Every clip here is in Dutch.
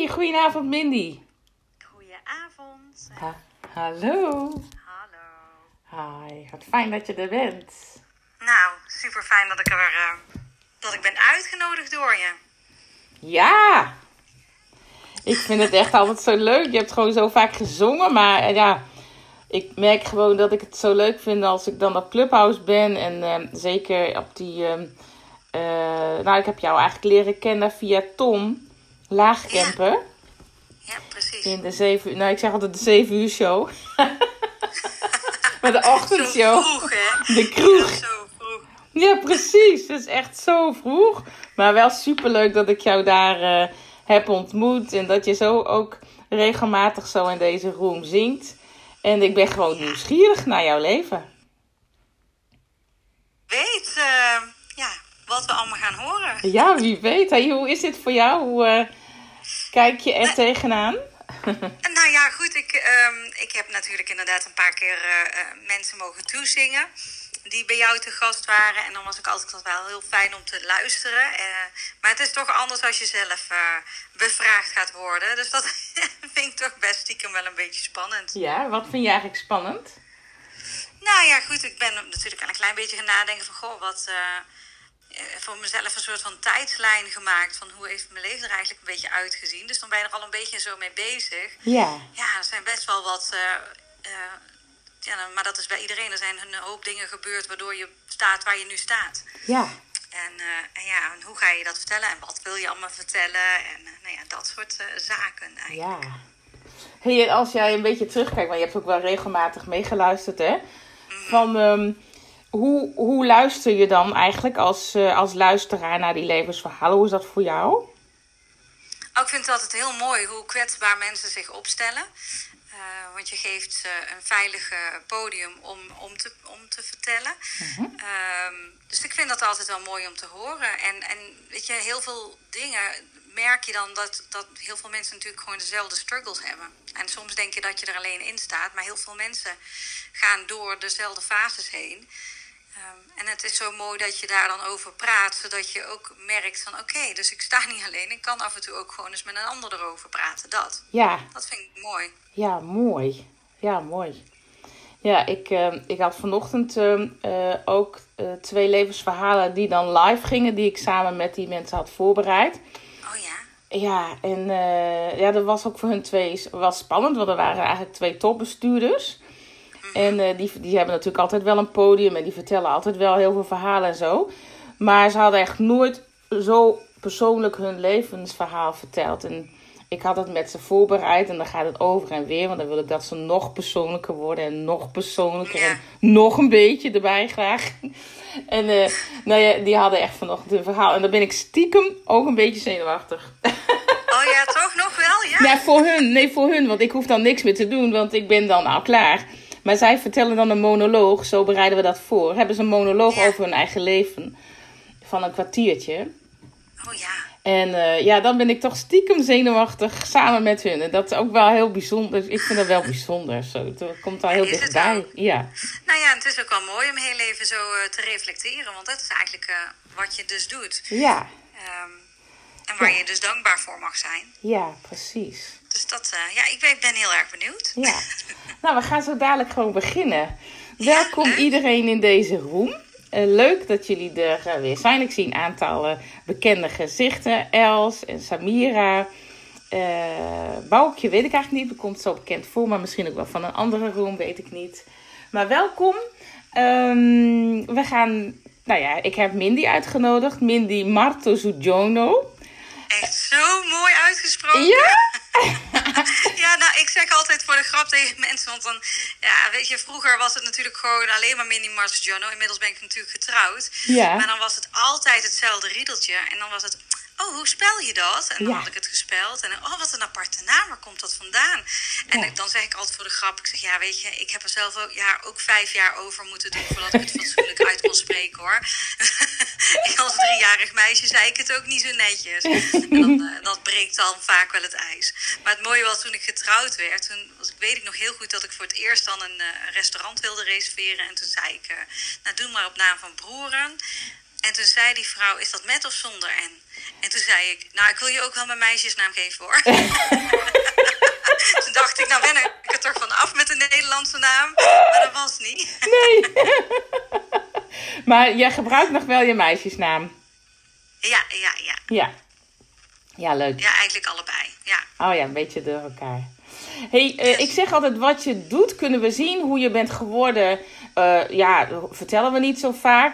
goedenavond Mindy. Goedenavond. Hallo. Hallo. Hi, wat fijn dat je er bent. Nou, super fijn dat ik ben uitgenodigd door je. Ja. Ik vind het echt altijd zo leuk. Je hebt gewoon zo vaak gezongen, maar ja, ik merk gewoon dat ik het zo leuk vind als ik dan op Clubhouse ben. En zeker op die, nou ik heb jou eigenlijk leren kennen via Tom Laagkemper. Ja, precies. In de 7 uur, nou ik zeg altijd de 7 uur show. Maar de ochtendshow. Zo vroeg, hè? De kroeg. Ja, zo vroeg. Ja, precies. Het is echt zo vroeg. Maar wel superleuk dat ik jou daar heb ontmoet. En dat je zo ook regelmatig zo in deze room zingt. En ik ben gewoon nieuwsgierig naar jouw leven. Weet, wat we allemaal gaan horen. Ja, wie weet. Hey, hoe is dit voor jou? Hoe kijk je er tegenaan? Nou ja, goed. Ik heb natuurlijk inderdaad een paar keer mensen mogen toezingen die bij jou te gast waren. En dan was ik altijd wel heel fijn om te luisteren. Maar het is toch anders als je zelf bevraagd gaat worden. Dus dat vind ik toch best stiekem wel een beetje spannend. Ja, wat vind je eigenlijk spannend? Nou ja, goed. Ik ben natuurlijk al een klein beetje gaan nadenken van... Goh, wat... voor mezelf een soort van tijdslijn gemaakt van hoe heeft mijn leven er eigenlijk een beetje uitgezien. Dus dan ben je er al een beetje zo mee bezig. Ja. Ja, er zijn best wel wat... maar dat is bij iedereen. Er zijn een hoop dingen gebeurd waardoor je staat waar je nu staat. Ja. En hoe ga je dat vertellen? En wat wil je allemaal vertellen? En dat soort zaken eigenlijk. Ja. Hey, als jij een beetje terugkijkt, maar je hebt ook wel regelmatig meegeluisterd, hè? Van... Hoe luister je dan eigenlijk als luisteraar naar die levensverhalen? Hoe is dat voor jou? Ik vind het altijd heel mooi hoe kwetsbaar mensen zich opstellen. Want je geeft ze een veilig podium om te vertellen. Uh-huh. Dus ik vind dat altijd wel mooi om te horen. En weet je, heel veel dingen merk je dan dat heel veel mensen natuurlijk gewoon dezelfde struggles hebben. En soms denk je dat je er alleen in staat. Maar heel veel mensen gaan door dezelfde fases heen. En het is zo mooi dat je daar dan over praat, zodat je ook merkt van oké, dus ik sta niet alleen. Ik kan af en toe ook gewoon eens met een ander erover praten. Dat vind ik mooi. Ja, mooi. Ja, mooi. Ja, ik had vanochtend ook 2 levensverhalen die dan live gingen, die ik samen met die mensen had voorbereid. Oh ja? Ja, en dat was ook voor hun 2 was spannend, want er waren eigenlijk 2 topbestuurders. En die hebben natuurlijk altijd wel een podium en die vertellen altijd wel heel veel verhalen en zo. Maar ze hadden echt nooit zo persoonlijk hun levensverhaal verteld. En ik had het met ze voorbereid en dan gaat het over en weer. Want dan wil ik dat ze nog persoonlijker worden en nog persoonlijker en nog een beetje erbij graag. En die hadden echt vanochtend een verhaal. En dan ben ik stiekem ook een beetje zenuwachtig. Oh ja, toch nog wel? Ja, ja voor hun, want ik hoef dan niks meer te doen, want ik ben dan al klaar. Maar zij vertellen dan een monoloog, zo bereiden we dat voor. Hebben ze een monoloog over hun eigen leven van een kwartiertje. Oh ja. En dan ben ik toch stiekem zenuwachtig samen met hun. En dat is ook wel heel bijzonder. Ik vind dat wel bijzonder. Zo. Het komt al heel dichtbij. Ja. Nou ja, het is ook wel mooi om heel even zo te reflecteren. Want dat is eigenlijk wat je dus doet. Ja. En waar je dus dankbaar voor mag zijn. Ja, precies. Dus dat, ik ben heel erg benieuwd. Ja. Nou, we gaan zo dadelijk gewoon beginnen. Welkom iedereen in deze room. Leuk dat jullie er weer zijn. Ik zie een aantal bekende gezichten. Els en Samira. Boukje weet ik eigenlijk niet. Dat komt zo bekend voor. Maar misschien ook wel van een andere room. Weet ik niet. Maar welkom. We gaan... Nou ja, ik heb Mindy uitgenodigd. Mindy Martozudjono. Echt zo mooi uitgesproken. Ja? Ja, nou, ik zeg altijd voor de grap tegen mensen, want dan, ja, weet je, vroeger was het natuurlijk gewoon alleen maar Mindy Martozudjono. Inmiddels ben ik natuurlijk getrouwd. Ja. Maar dan was het altijd hetzelfde riedeltje. En dan was het, oh, hoe spel je dat? En dan had ik het gespeld. En oh, wat een aparte naam, waar komt dat vandaan? En dan zeg ik altijd voor de grap, ik zeg, ja, weet je, ik heb er zelf ook 5 jaar over moeten doen voordat ik het fatsoenlijk uit kon spreken, hoor. Als 3-jarig meisje zei ik het ook niet zo netjes. En dat breekt dan vaak wel het ijs. Maar het mooie was, toen ik getrouwd werd, toen weet ik nog heel goed dat ik voor het eerst dan een restaurant wilde reserveren. En toen zei ik, nou, doe maar op naam van broeren. En toen zei die vrouw, is dat met of zonder N? En toen zei ik, nou, ik wil je ook wel mijn meisjesnaam geven, hoor. Toen dacht ik, nou ben ik er toch van af met de Nederlandse naam. Maar dat was niet. Nee. Maar jij gebruikt nog wel je meisjesnaam? Ja. Ja. Ja, leuk. Ja, eigenlijk allebei, ja. Oh ja, een beetje door elkaar. Hey, ik zeg altijd, wat je doet, kunnen we zien. Hoe je bent geworden, vertellen we niet zo vaak.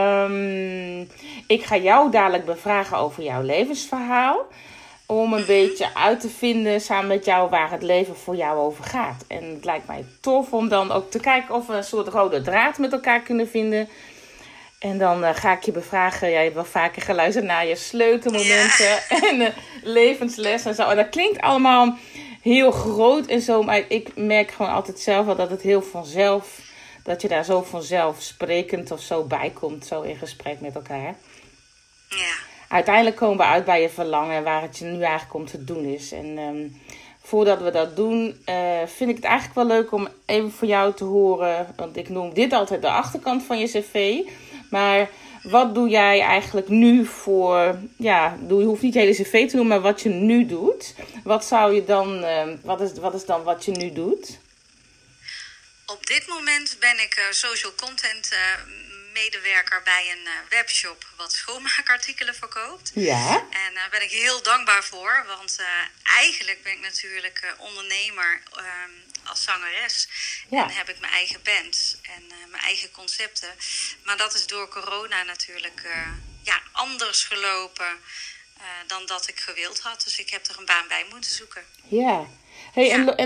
Ik ga jou dadelijk bevragen over jouw levensverhaal. Om een beetje uit te vinden samen met jou waar het leven voor jou over gaat. En het lijkt mij tof om dan ook te kijken of we een soort rode draad met elkaar kunnen vinden. En dan ga ik je bevragen. Jij hebt wel vaker geluisterd naar je sleutelmomenten en levenslessen en zo. En dat klinkt allemaal heel groot en zo. Maar ik merk gewoon altijd zelf wel dat het heel vanzelf, dat je daar zo vanzelfsprekend of zo bij komt. Zo in gesprek met elkaar. Ja. Uiteindelijk komen we uit bij je verlangen waar het je nu eigenlijk om te doen is. En voordat we dat doen, vind ik het eigenlijk wel leuk om even voor jou te horen. Want ik noem dit altijd de achterkant van je cv. Maar wat doe jij eigenlijk nu voor... Ja, je hoeft niet de hele cv te doen, maar wat je nu doet. Wat zou je dan... Wat is dan wat je nu doet? Op dit moment ben ik social content medewerker bij een webshop wat schoonmaakartikelen verkoopt. Ja. En daar ben ik heel dankbaar voor, want eigenlijk ben ik natuurlijk ondernemer als zangeres. Ja. En heb ik mijn eigen band en mijn eigen concepten. Maar dat is door corona natuurlijk anders gelopen dan dat ik gewild had. Dus ik heb er een baan bij moeten zoeken. Ja. Hey, ja.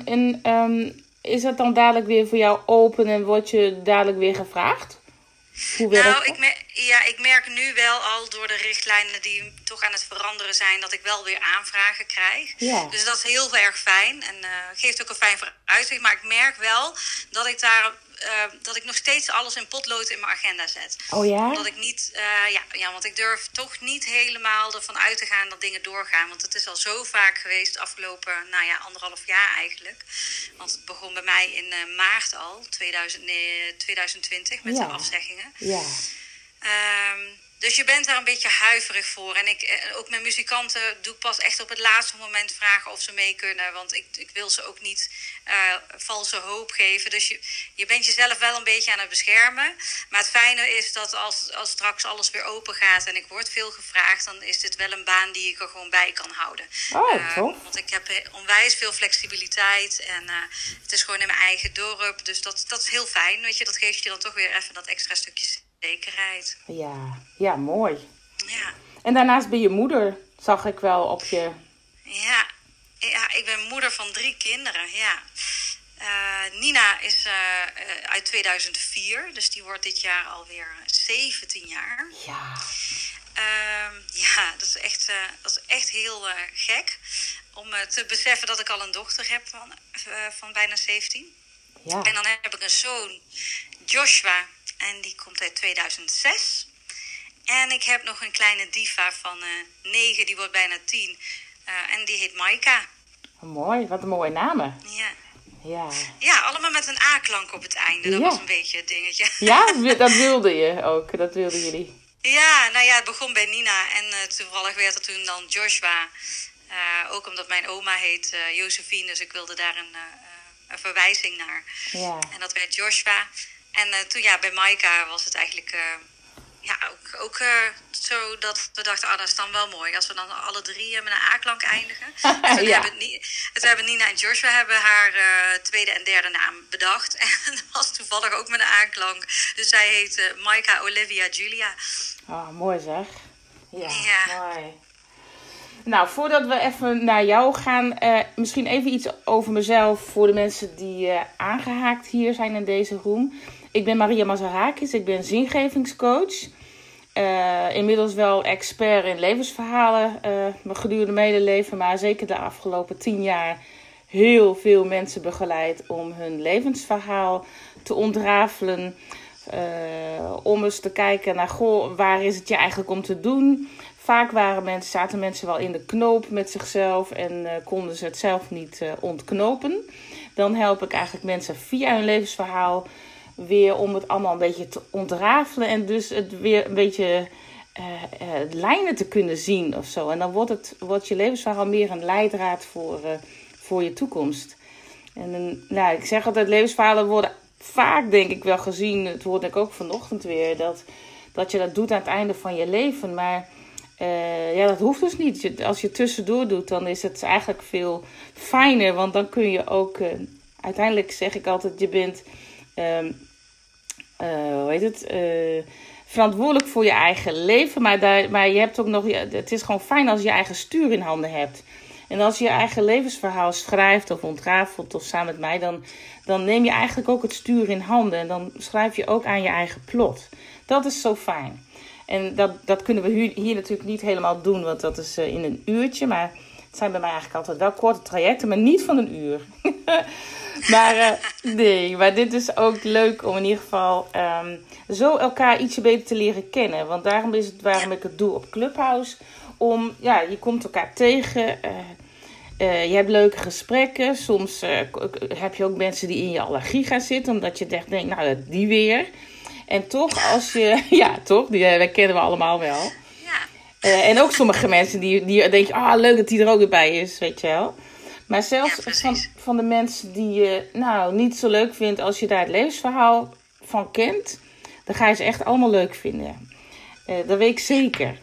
En is dat dan dadelijk weer voor jou open en word je dadelijk weer gevraagd? Hoe werkt dat? Ik merk nu wel al door de richtlijnen die toch aan het veranderen zijn, dat ik wel weer aanvragen krijg. Ja. Dus dat is heel erg fijn en geeft ook een fijn vooruitzicht. Maar ik merk wel dat ik nog steeds alles in potlood in mijn agenda zet. Oh ja? Omdat ik niet, want ik durf toch niet helemaal ervan uit te gaan dat dingen doorgaan. Want het is al zo vaak geweest, afgelopen, 1,5 jaar eigenlijk. Want het begon bij mij in maart al, 2020, met de afzeggingen. Ja. Dus je bent daar een beetje huiverig voor. En ook met muzikanten doe ik pas echt op het laatste moment vragen of ze mee kunnen. Want ik wil ze ook niet valse hoop geven. Dus je bent jezelf wel een beetje aan het beschermen. Maar het fijne is dat als straks alles weer open gaat en ik word veel gevraagd, dan is dit wel een baan die ik er gewoon bij kan houden. Oh, tof. Want ik heb onwijs veel flexibiliteit. En het is gewoon in mijn eigen dorp. Dus dat is heel fijn. Weet je, dat geeft je dan toch weer even dat extra stukje zekerheid. Ja, mooi. Ja. En daarnaast ben je moeder, zag ik wel op je... Ja, ik ben moeder van 3 kinderen, ja. Nina is uit 2004, dus die wordt dit jaar alweer 17 jaar. Ja. Dat is echt heel gek om te beseffen dat ik al een dochter heb van bijna 17. Ja. En dan heb ik een zoon, Joshua, en die komt uit 2006. En ik heb nog een kleine diva van 9, die wordt bijna 10. En die heet Maika. Mooi, wat een mooie namen. Ja, allemaal met een A-klank op het einde. Dat was een beetje het dingetje. Ja, dat wilde je ook. Dat wilden jullie. Ja, het begon bij Nina. En toevallig werd er toen dan Joshua. Ook omdat mijn oma heet Josephine. Dus ik wilde daar een verwijzing naar. Ja. En dat werd Joshua. En toen bij Maika was het eigenlijk ook zo dat we dachten, dat is dan wel mooi. Als we dan alle 3 met een A-klank eindigen. En toen hebben Nina en Joshua hebben haar tweede en derde naam bedacht. En dat was toevallig ook met een A-klank. Dus zij heet Maika Olivia Julia. Oh, mooi zeg. Ja, mooi. Nou, voordat we even naar jou gaan, misschien even iets over mezelf voor de mensen die aangehaakt hier zijn in deze room. Ik ben Maria Mazarakis, ik ben zingevingscoach. Inmiddels wel expert in levensverhalen gedurende mijn hele leven, maar zeker de afgelopen 10 jaar heel veel mensen begeleid om hun levensverhaal te ontrafelen. Om eens te kijken naar, waar is het je eigenlijk om te doen? Vaak zaten mensen wel in de knoop met zichzelf en konden ze het zelf niet ontknopen. Dan help ik eigenlijk mensen via hun levensverhaal weer om het allemaal een beetje te ontrafelen. En dus het weer een beetje lijnen te kunnen zien of zo. En dan wordt je levensverhaal meer een leidraad voor je toekomst. En nou, ik zeg altijd, levensverhalen worden vaak denk ik wel gezien. Het hoorde ik ook vanochtend weer. Dat je dat doet aan het einde van je leven. Maar dat hoeft dus niet. Als je het tussendoor doet, dan is het eigenlijk veel fijner. Want dan kun je ook... uiteindelijk zeg ik altijd, je bent... verantwoordelijk voor je eigen leven. Maar je hebt ook nog... Het is gewoon fijn als je je eigen stuur in handen hebt. En als je je eigen levensverhaal schrijft of ontrafelt of samen met mij... dan neem je eigenlijk ook het stuur in handen. En dan schrijf je ook aan je eigen plot. Dat is zo fijn. En dat kunnen we hier natuurlijk niet helemaal doen. Want dat is in een uurtje. Maar het zijn bij mij eigenlijk altijd wel korte trajecten. Maar niet van een uur. Maar dit is ook leuk om in ieder geval... zo elkaar ietsje beter te leren kennen. Want daarom is het waarom ik het doe op Clubhouse. Je komt elkaar tegen. Je hebt leuke gesprekken. Soms heb je ook mensen die in je allergie gaan zitten. Omdat je denkt, nou, die weer. En toch, als je... Ja, toch? Dat kennen we allemaal wel. Ja. En ook sommige mensen die denken... leuk dat die er ook weer bij is, weet je wel. Maar zelfs van de mensen die je niet zo leuk vindt... als je daar het levensverhaal van kent... dan ga je ze echt allemaal leuk vinden. Dat weet ik zeker.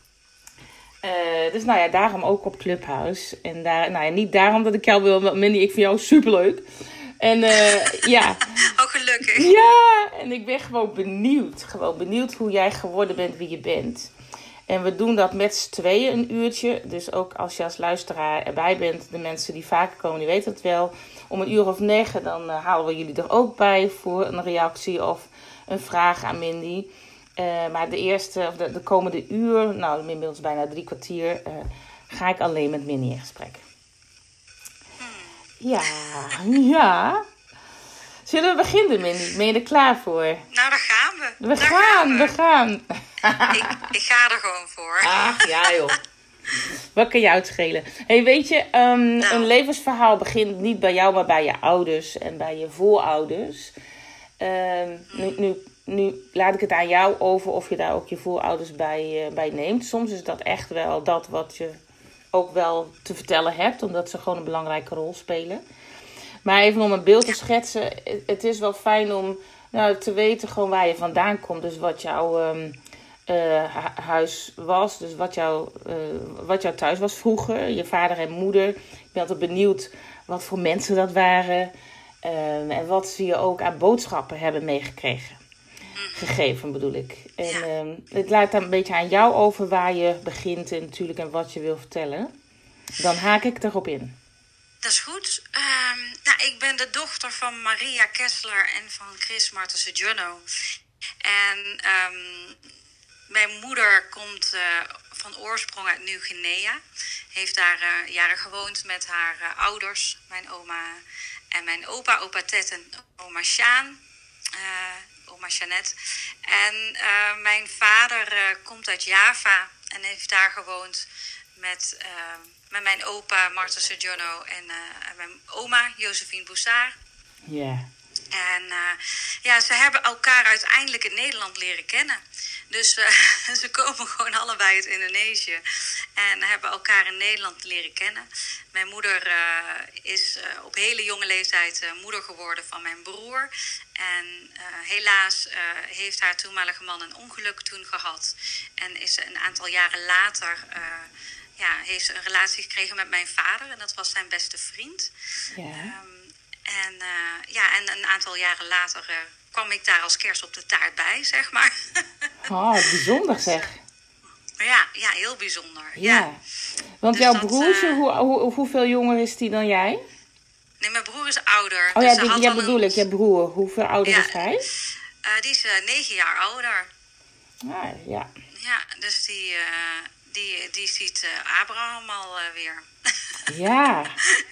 Dus daarom ook op Clubhouse. En niet daarom dat ik jou wil... Mandy, ik vind jou superleuk. En ja. Oh, gelukkig. Ja, en ik ben gewoon benieuwd. Gewoon benieuwd hoe jij geworden bent wie je bent. En we doen dat met z'n tweeën een uurtje. Dus ook als je als luisteraar erbij bent. De mensen die vaker komen, die weten het wel. Om 8:09 dan halen we jullie er ook bij voor een reactie of een vraag aan Mandy. Maar de komende uur, inmiddels bijna 3 kwartier, ga ik alleen met Mandy in gesprek. Ja. Zullen we beginnen, Mandy? Ben je er klaar voor? Nou, daar gaan we. We gaan. Ik ga er gewoon voor. Ach, ja joh. Wat kan jou het schelen? Hey, weet je, een levensverhaal begint niet bij jou, maar bij je ouders en bij je voorouders. Nu laat ik het aan jou over of je daar ook je voorouders bij neemt. Soms is dat echt wel dat wat je ook wel te vertellen hebt, omdat ze gewoon een belangrijke rol spelen. Maar even om een beeld te schetsen, het is wel fijn om te weten gewoon waar je vandaan komt. Dus wat jouw huis was, dus wat jouw thuis was vroeger, je vader en moeder. Ik ben altijd benieuwd wat voor mensen dat waren en wat ze je ook aan boodschappen hebben meegekregen. Gegeven bedoel ik. En het laat dan een beetje aan jou over waar je begint en natuurlijk en wat je wil vertellen. Dan haak ik erop in. Dat is goed. Ik ben de dochter van Maria Kessler en van Chris Martense-Giorno. En mijn moeder komt van oorsprong uit Nieuw-Guinea. Heeft daar jaren gewoond met haar ouders, mijn oma en mijn opa Ted en oma Sjaan. Oma Jeannette. En mijn vader komt uit Java en heeft daar gewoond met mijn opa Martense-Giorno en mijn oma Josephine Boussard. Ja. En ze hebben elkaar uiteindelijk in Nederland leren kennen. Dus ze komen gewoon allebei uit Indonesië. En hebben elkaar in Nederland leren kennen. Mijn moeder is op hele jonge leeftijd moeder geworden van mijn broer. En helaas heeft haar toenmalige man een ongeluk toen gehad. En is ze een aantal jaren later... heeft ze een relatie gekregen met mijn vader. En dat was zijn beste vriend. Ja. En een aantal jaren later kwam ik daar als kers op de taart bij, zeg maar. Oh, bijzonder zeg. Ja, heel bijzonder. Ja. Want dus jouw broertje, hoeveel jonger is die dan jij? Nee, mijn broer is ouder. Oh dus ja, bedoel ik, je broer. Hoeveel ouder is hij? Die is 9 jaar ouder. Ah, ja. Ja, dus die ziet Abraham alweer. Ja.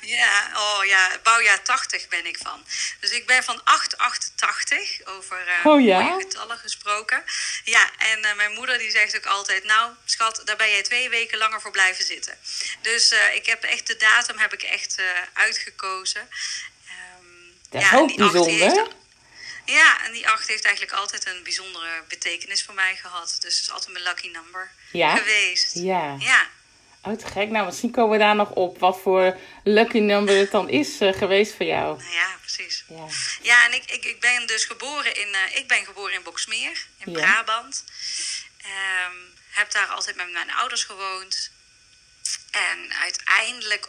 Ja, bouwjaar 80 ben ik van. Dus ik ben van 888, over mooie getallen gesproken. Ja, en mijn moeder die zegt ook altijd... Nou, schat, daar ben jij 2 weken langer voor blijven zitten. Dus ik heb echt de datum uitgekozen. Dat is ook bijzonder. Ja, en die 8 heeft eigenlijk altijd een bijzondere betekenis voor mij gehad. Dus het is altijd mijn lucky number geweest. Ja. Ja. Oh, te gek. Nou, misschien komen we daar nog op wat voor lucky number het dan is geweest voor jou. Nou ja, precies. Ja, en ik ben dus geboren in Boxmeer, in Brabant. Heb daar altijd met mijn ouders gewoond. En uiteindelijk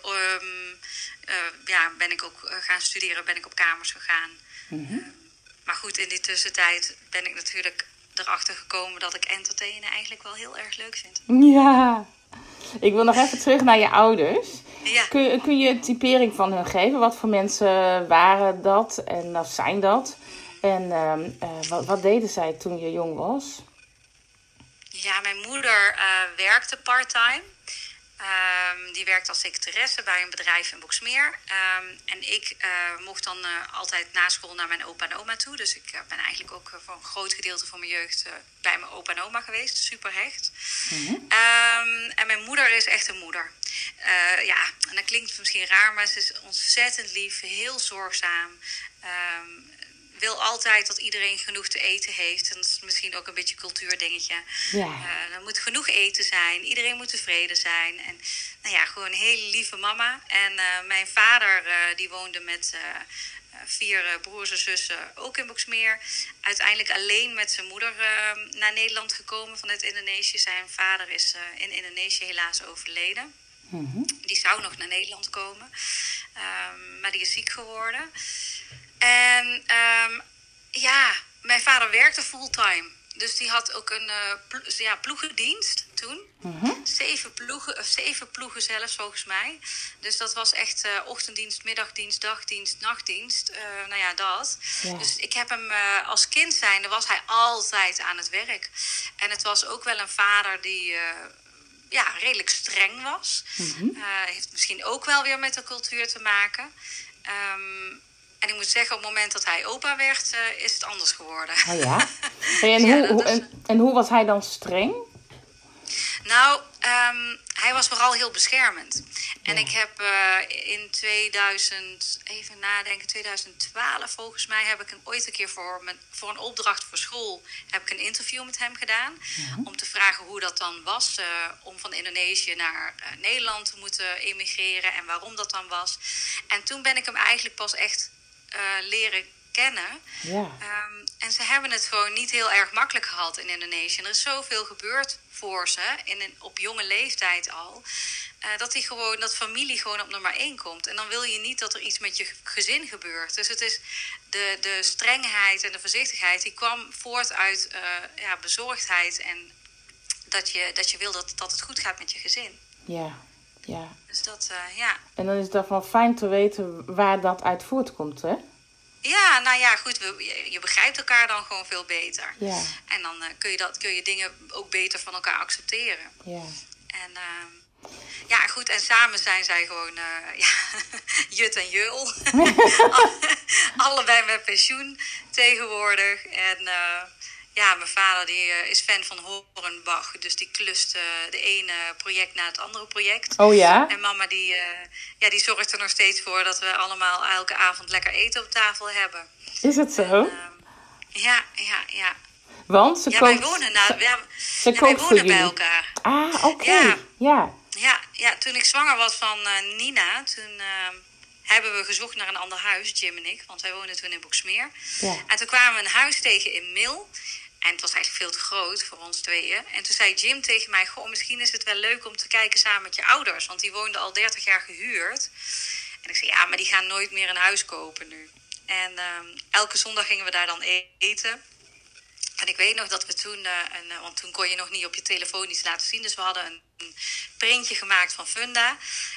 ben ik ook gaan studeren, ben ik op kamers gegaan. Maar goed, in die tussentijd ben ik natuurlijk erachter gekomen dat ik entertainen eigenlijk wel heel erg leuk vind. Ja, ik wil nog even terug naar je ouders. Ja. Kun je een typering van hun geven? Wat voor mensen waren dat en zijn dat? En wat deden zij toen je jong was? Ja, mijn moeder werkte part-time. Die werkte als secretaresse bij een bedrijf in Boxmeer. En ik mocht dan altijd na school naar mijn opa en oma toe. Dus ik ben eigenlijk ook voor een groot gedeelte van mijn jeugd bij mijn opa en oma geweest. Super hecht. En mijn moeder is echt een moeder. En dat klinkt misschien raar, maar ze is ontzettend lief. Heel zorgzaam. Wil altijd dat iedereen genoeg te eten heeft. En dat is misschien ook een beetje een cultuurdingetje. Ja. Er moet genoeg eten zijn. Iedereen moet tevreden zijn. En gewoon een hele lieve mama. En mijn vader die woonde met 4 broers en zussen ook in Boxmeer. Uiteindelijk alleen met zijn moeder naar Nederland gekomen vanuit Indonesië. Zijn vader is in Indonesië helaas overleden. Die zou nog naar Nederland komen. Maar die is ziek geworden. En mijn vader werkte fulltime. Dus die had ook een ploegendienst toen. 7 ploegen zelfs volgens mij. Dus dat was echt ochtenddienst, middagdienst, dagdienst, nachtdienst. Dat. Ja. Dus ik heb hem als kind zijnde was hij altijd aan het werk. En het was ook wel een vader die redelijk streng was. Heeft misschien ook wel weer met de cultuur te maken. En ik moet zeggen, op het moment dat hij opa werd, is het anders geworden. Oh ja? En hoe was hij dan streng? Nou, hij was vooral heel beschermend. En ik heb in 2012 volgens mij, heb ik ooit een keer voor een opdracht voor school, heb ik een interview met hem gedaan. Om te vragen hoe dat dan was om van Indonesië naar Nederland te moeten emigreren en waarom dat dan was. En toen ben ik hem eigenlijk pas echt leren kennen. Ja. En ze hebben het gewoon niet heel erg makkelijk gehad in Indonesië. En er is zoveel gebeurd voor ze, op jonge leeftijd al, dat familie gewoon op nummer 1 komt. En dan wil je niet dat er iets met je gezin gebeurt. Dus het is de strengheid en de voorzichtigheid, die kwam voort uit bezorgdheid en dat je wil dat het goed gaat met je gezin. Ja. Dus dat, En dan is het daarvan fijn te weten waar dat uit voortkomt, hè? Ja, goed, je begrijpt elkaar dan gewoon veel beter. Ja. En dan kun je dingen ook beter van elkaar accepteren. Ja. En goed, en samen zijn zij gewoon Jut en Jul. Allebei met pensioen tegenwoordig. En mijn vader die is fan van Hornbach. Dus die klust de ene project na het andere project. Oh ja? En mama die zorgt er nog steeds voor dat we allemaal elke avond lekker eten op tafel hebben. Is het zo? En, ja. Want ze kookt... wij wonen bij elkaar. Ah, oké. Ja. Ja, toen ik zwanger was van Nina, toen hebben we gezocht naar een ander huis, Jim en ik. Want wij woonden toen in Boxmeer. Ja. En toen kwamen we een huis tegen in Mil. En het was eigenlijk veel te groot voor ons tweeën. En toen zei Jim tegen mij, misschien is het wel leuk om te kijken samen met je ouders. Want die woonden al 30 jaar gehuurd. En ik zei, maar die gaan nooit meer een huis kopen nu. En elke zondag gingen we daar dan eten. En ik weet nog dat we toen, want toen kon je nog niet op je telefoon iets laten zien. Dus we hadden een printje gemaakt van Funda.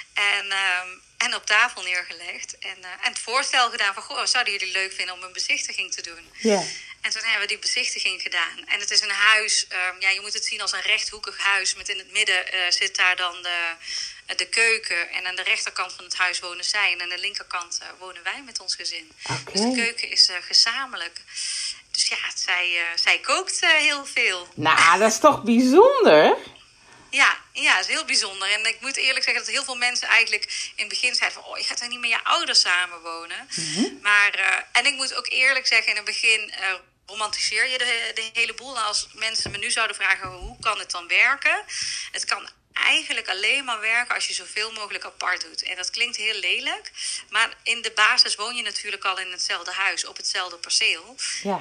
En op tafel neergelegd. En het voorstel gedaan van, zouden jullie leuk vinden om een bezichtiging te doen? Ja. En toen hebben we die bezichtiging gedaan. En het is een huis, je moet het zien als een rechthoekig huis. Met in het midden zit daar dan de keuken. En aan de rechterkant van het huis wonen zij. En aan de linkerkant wonen wij met ons gezin. Okay. Dus de keuken is gezamenlijk. Dus ja, zij kookt heel veel. Nou, dat is toch bijzonder? Ja, is heel bijzonder. En ik moet eerlijk zeggen dat heel veel mensen eigenlijk in het begin zeiden van... je gaat toch niet met je ouders samenwonen? Maar, en ik moet ook eerlijk zeggen, in het begin romantiseer je de hele boel. En als mensen me nu zouden vragen, hoe kan het dan werken? Het kan eigenlijk alleen maar werken als je zoveel mogelijk apart doet. En dat klinkt heel lelijk. Maar in de basis woon je natuurlijk al in hetzelfde huis, op hetzelfde perceel. Ja.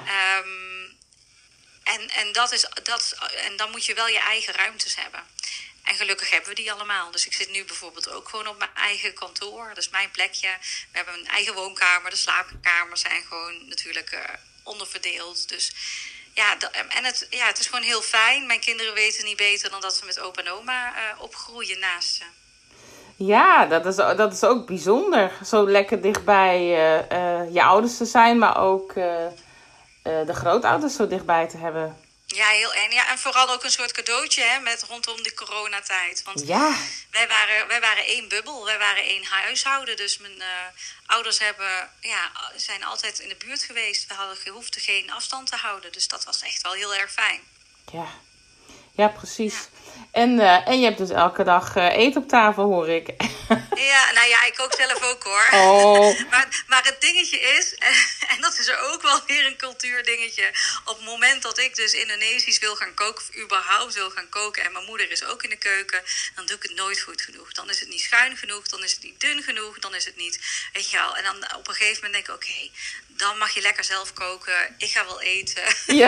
En dan moet je wel je eigen ruimtes hebben. En gelukkig hebben we die allemaal. Dus ik zit nu bijvoorbeeld ook gewoon op mijn eigen kantoor. Dat is mijn plekje. We hebben een eigen woonkamer. De slaapkamers zijn gewoon natuurlijk onderverdeeld. Dus het is gewoon heel fijn. Mijn kinderen weten niet beter dan dat ze met opa en oma opgroeien naast ze. Ja, dat is ook bijzonder. Zo lekker dichtbij je ouders te zijn, maar ook de grootouders zo dichtbij te hebben. Ja, heel eng. Ja, en vooral ook een soort cadeautje rondom de coronatijd. Want ja. wij waren één bubbel, wij waren één huishouden. Dus mijn ouders zijn altijd in de buurt geweest. We hoefden geen afstand te houden. Dus dat was echt wel heel erg fijn. Ja, precies. Ja. En je hebt dus elke dag eten op tafel, hoor ik. Ja, nou ja, ik kook zelf ook, hoor. Oh. maar het dingetje is, en dat is ook wel weer een cultuurdingetje. Op het moment dat ik dus Indonesisch wil gaan koken, of überhaupt wil gaan koken, en mijn moeder is ook in de keuken, dan doe ik het nooit goed genoeg. Dan is het niet schuin genoeg, dan is het niet dun genoeg, dan is het niet, weet je wel. En dan op een gegeven moment denk ik, oké, dan mag je lekker zelf koken. Ik ga wel eten. Ja.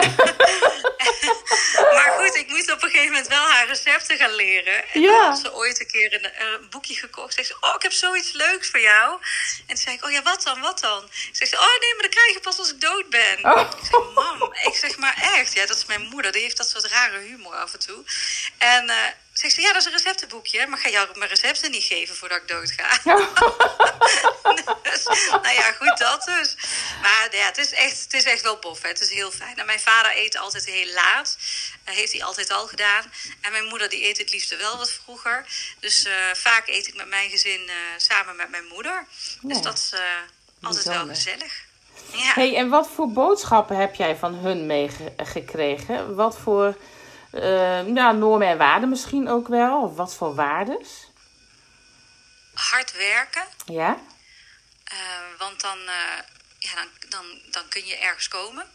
Maar goed, ik moet op een gegeven moment wel haar recepten gaan leren. En dan had ze ooit een keer een boekje gekocht. Zegt ze, ik heb zoiets leuks voor jou. En toen zei ik, ja, wat dan? Zegt ze, nee, maar dat krijg je pas als ik dood ben. Ik zeg, mam, maar echt. Ja, dat is mijn moeder. Die heeft dat soort rare humor af en toe. En zegt ze, ja, dat is een receptenboekje. Maar ga jou mijn recepten niet geven voordat ik dood ga. Dus, nou ja, goed, dat dus. Maar ja, het is echt wel bof. Hè. Het is heel fijn. En mijn vader eet altijd heel laat. Heeft hij altijd al gedaan. En mijn moeder die eet het liefst wel wat vroeger. Dus vaak eet ik met mijn gezin samen met mijn moeder. Ja. Dus dat is altijd wel gezellig. Ja. Hey, en wat voor boodschappen heb jij van hun meegekregen? Wat voor normen en waarden misschien ook wel? Of wat voor waardes? Hard werken. Ja. Want dan kun je ergens komen.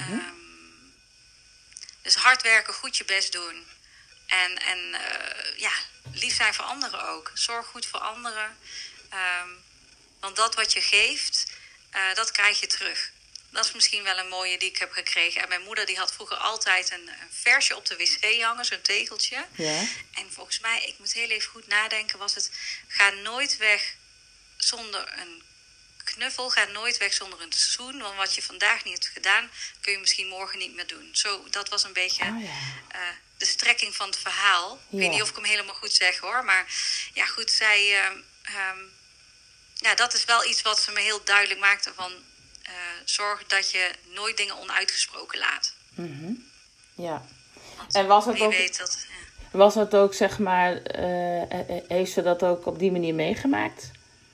Dus hard werken, goed je best doen. En lief zijn voor anderen ook. Zorg goed voor anderen. Want dat wat je geeft, dat krijg je terug. Dat is misschien wel een mooie die ik heb gekregen. En mijn moeder die had vroeger altijd een versje op de wc hangen, zo'n tegeltje. Ja. En volgens mij, ik moet heel even goed nadenken, was het: ga nooit weg zonder een knuffel, ga nooit weg zonder een zoen. Want wat je vandaag niet hebt gedaan, kun je misschien morgen niet meer doen. Dat was een beetje de strekking van het verhaal. Ik weet niet of ik hem helemaal goed zeg, hoor. Maar ja, goed, zij... dat is wel iets wat ze me heel duidelijk maakte van... zorg dat je nooit dingen onuitgesproken laat. Mm-hmm. Ja. Want en was het ook... weet dat... Was het ook, zeg maar... heeft ze dat ook op die manier meegemaakt?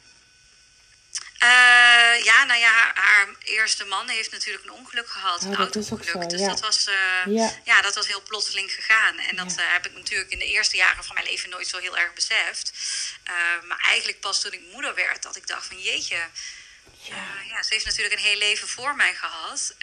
Haar eerste man heeft natuurlijk een ongeluk gehad. Een auto-ongeluk. Dus dat was heel plotseling gegaan. En dat heb ik natuurlijk in de eerste jaren van mijn leven nooit zo heel erg beseft. Maar eigenlijk pas toen ik moeder werd, dat ik dacht van jeetje... ze heeft natuurlijk een heel leven voor mij gehad.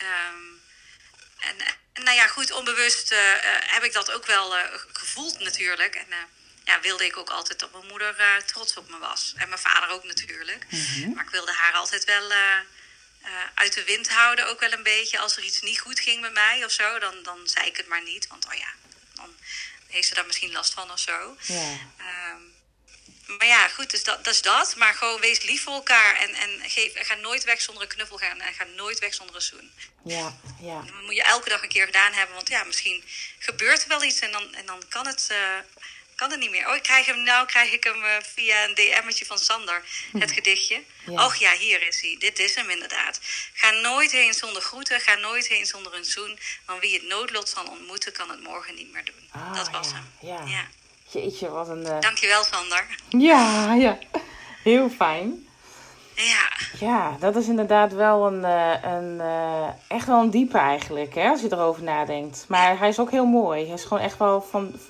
Onbewust heb ik dat ook wel gevoeld natuurlijk. En wilde ik ook altijd dat mijn moeder trots op me was. En mijn vader ook natuurlijk. Mm-hmm. Maar ik wilde haar altijd wel uit de wind houden, ook wel een beetje. Als er iets niet goed ging met mij of zo, dan zei ik het maar niet. Want dan heeft ze daar misschien last van of zo. Ja. Maar ja, goed, dus dat is dat. Maar gewoon wees lief voor elkaar. En ga nooit weg zonder een knuffel gaan. En ga nooit weg zonder een zoen. Ja. Dat moet je elke dag een keer gedaan hebben. Want misschien gebeurt er wel iets. En dan kan het niet meer. Krijg ik hem via een DM'tje van Sander. Het gedichtje. Ja. Och ja, hier is hij. Dit is hem inderdaad. Ga nooit heen zonder groeten. Ga nooit heen zonder een zoen. Want wie het noodlot zal ontmoeten, kan het morgen niet meer doen. Dat was hem. Ja. Jeetje, wat een... Dankjewel, Sander. Ja. Heel fijn. Ja. Ja, dat is inderdaad wel echt wel een diepe eigenlijk, hè, als je erover nadenkt. Maar hij is ook heel mooi. Hij is gewoon echt wel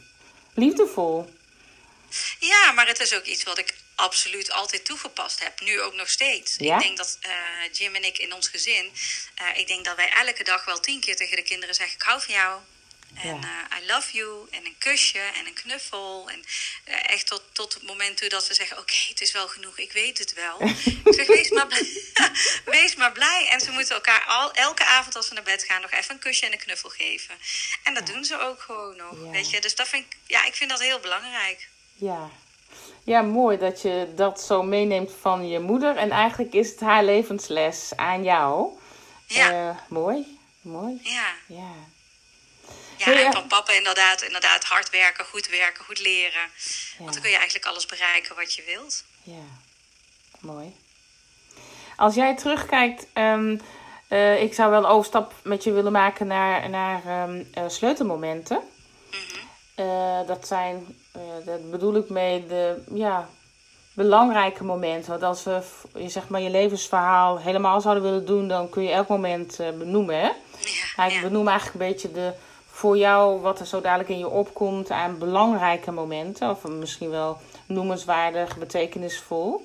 liefdevol. Ja, maar het is ook iets wat ik absoluut altijd toegepast heb. Nu ook nog steeds. Ja? Ik denk dat Jim en ik in ons gezin... ik denk dat wij elke dag wel 10 keer tegen de kinderen zeggen... ik hou van jou. En I love you. En een kusje en een knuffel. En echt tot het moment toe dat ze zeggen... oké, het is wel genoeg, ik weet het wel. Ik zeg, wees maar blij. En ze moeten elkaar elke avond als ze naar bed gaan... nog even een kusje en een knuffel geven. En dat doen ze ook gewoon nog. Ja. Weet je? Dus dat vind ik vind dat heel belangrijk. Ja. Ja, mooi dat je dat zo meeneemt van je moeder. En eigenlijk is het haar levensles aan jou. Ja. Mooi. Ja. Ja. Ja, en van papa inderdaad hard werken, goed leren. Ja. Want dan kun je eigenlijk alles bereiken wat je wilt. Ja, mooi. Als jij terugkijkt, ik zou wel een overstap met je willen maken naar sleutelmomenten. Mm-hmm. Dat bedoel ik mee de belangrijke momenten. Want als we zeg maar je levensverhaal helemaal zouden willen doen, dan kun je elk moment benoemen. Hè? Ja, ik benoem eigenlijk een beetje voor jou wat er zo dadelijk in je opkomt aan belangrijke momenten. Of misschien wel noemenswaardig, betekenisvol.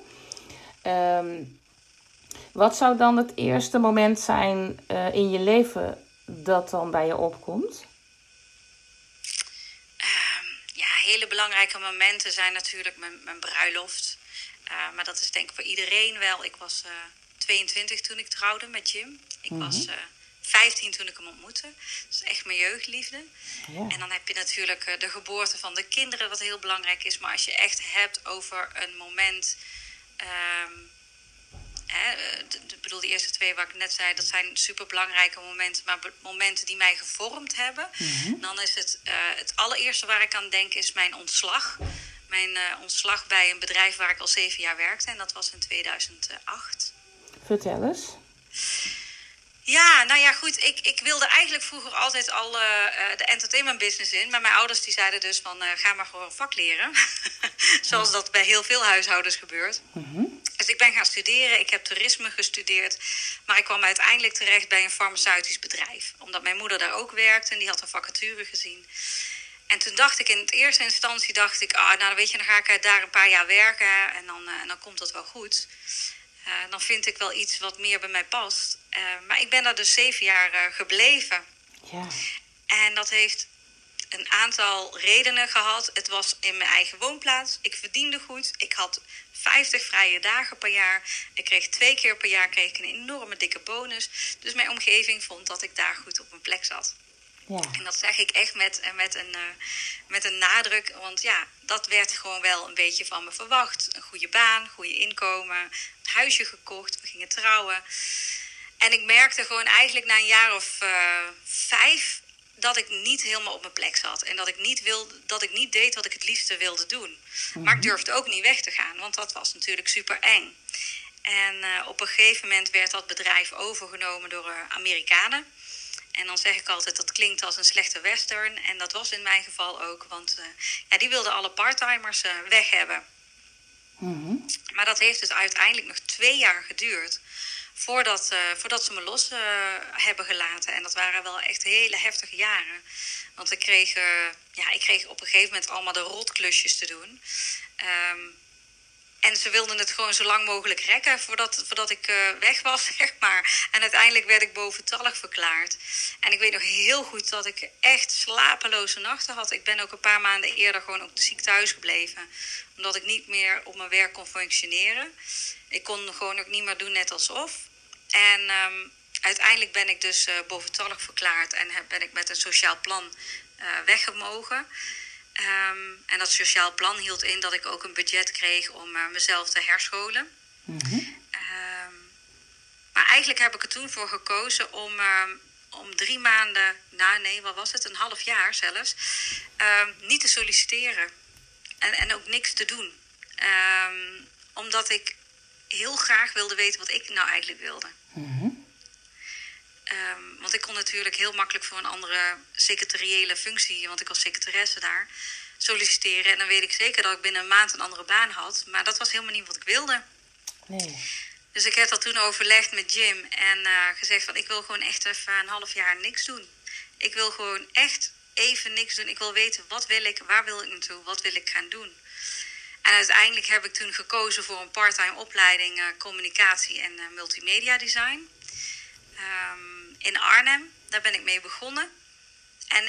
Wat zou dan het eerste moment zijn in je leven dat dan bij je opkomt? Hele belangrijke momenten zijn natuurlijk mijn bruiloft. Maar dat is denk ik voor iedereen wel. Ik was 22 toen ik trouwde met Jim. Ik was 15 toen ik hem ontmoette. Dat is echt mijn jeugdliefde. Ja. En dan heb je natuurlijk de geboorte van de kinderen, wat heel belangrijk is. Maar als je echt hebt over een moment... ik bedoel, de eerste 2 waar ik net zei, dat zijn superbelangrijke momenten. Maar momenten die mij gevormd hebben. Mm-hmm. Dan is het allereerste waar ik aan denk, is mijn ontslag. Mijn ontslag bij een bedrijf waar ik al 7 jaar werkte. En dat was in 2008. Vertel eens. Ja, nou ja, goed. Ik wilde eigenlijk vroeger altijd al de entertainment business in. Maar mijn ouders die zeiden dus van, ga maar gewoon vak leren. Zoals dat bij heel veel huishoudens gebeurt. Mm-hmm. Dus ik ben gaan studeren. Ik heb toerisme gestudeerd. Maar ik kwam uiteindelijk terecht bij een farmaceutisch bedrijf. Omdat mijn moeder daar ook werkte en die had een vacature gezien. En toen dacht ik in het eerste instantie, nou weet je, dan ga ik daar een paar jaar werken. En dan komt dat wel goed. Dan vind ik wel iets wat meer bij mij past. Maar ik ben daar dus 7 jaar gebleven. Ja. En dat heeft een aantal redenen gehad. Het was in mijn eigen woonplaats. Ik verdiende goed. Ik had 50 vrije dagen per jaar. Ik kreeg 2 keer per jaar een enorme dikke bonus. Dus mijn omgeving vond dat ik daar goed op mijn plek zat. Ja. En dat zeg ik echt met een nadruk. Want ja, dat werd gewoon wel een beetje van me verwacht. Een goede baan, goede inkomen. Een huisje gekocht, we gingen trouwen. En ik merkte gewoon eigenlijk na een jaar of 5... dat ik niet helemaal op mijn plek zat. En dat ik niet deed wat ik het liefste wilde doen. Mm-hmm. Maar ik durfde ook niet weg te gaan. Want dat was natuurlijk super eng. En op een gegeven moment werd dat bedrijf overgenomen door Amerikanen. En dan zeg ik altijd, dat klinkt als een slechte western. En dat was in mijn geval ook. Want die wilden alle parttimers weg hebben. Mm-hmm. Maar dat heeft dus uiteindelijk nog 2 jaar geduurd. Voordat ze me los hebben gelaten. En dat waren wel echt hele heftige jaren. Want ik kreeg op een gegeven moment allemaal de rotklusjes te doen. En ze wilden het gewoon zo lang mogelijk rekken voordat ik weg was, zeg maar. En uiteindelijk werd ik boventallig verklaard. En ik weet nog heel goed dat ik echt slapeloze nachten had. Ik ben ook een paar maanden eerder gewoon ook ziek thuis gebleven. Omdat ik niet meer op mijn werk kon functioneren. Ik kon gewoon ook niet meer doen net alsof. En uiteindelijk ben ik dus boventallig verklaard. En ben ik met een sociaal plan weggemogen. En dat sociaal plan hield in dat ik ook een budget kreeg om mezelf te herscholen. Mm-hmm. Maar eigenlijk heb ik er toen voor gekozen om 3 maanden, een half jaar zelfs, niet te solliciteren. En ook niks te doen. Omdat ik heel graag wilde weten wat ik nou eigenlijk wilde. Mm-hmm. Want ik kon natuurlijk heel makkelijk voor een andere secretariële functie, want ik was secretaresse daar, solliciteren. En dan weet ik zeker dat ik binnen een maand een andere baan had. Maar dat was helemaal niet wat ik wilde. Nee. Dus ik heb dat toen overlegd met Jim en gezegd van, ik wil gewoon echt even een half jaar niks doen. Ik wil gewoon echt even niks doen. Ik wil weten, wat wil ik, waar wil ik naartoe, wat wil ik gaan doen. En uiteindelijk heb ik toen gekozen voor een parttime opleiding communicatie en multimedia design. In Arnhem, daar ben ik mee begonnen. En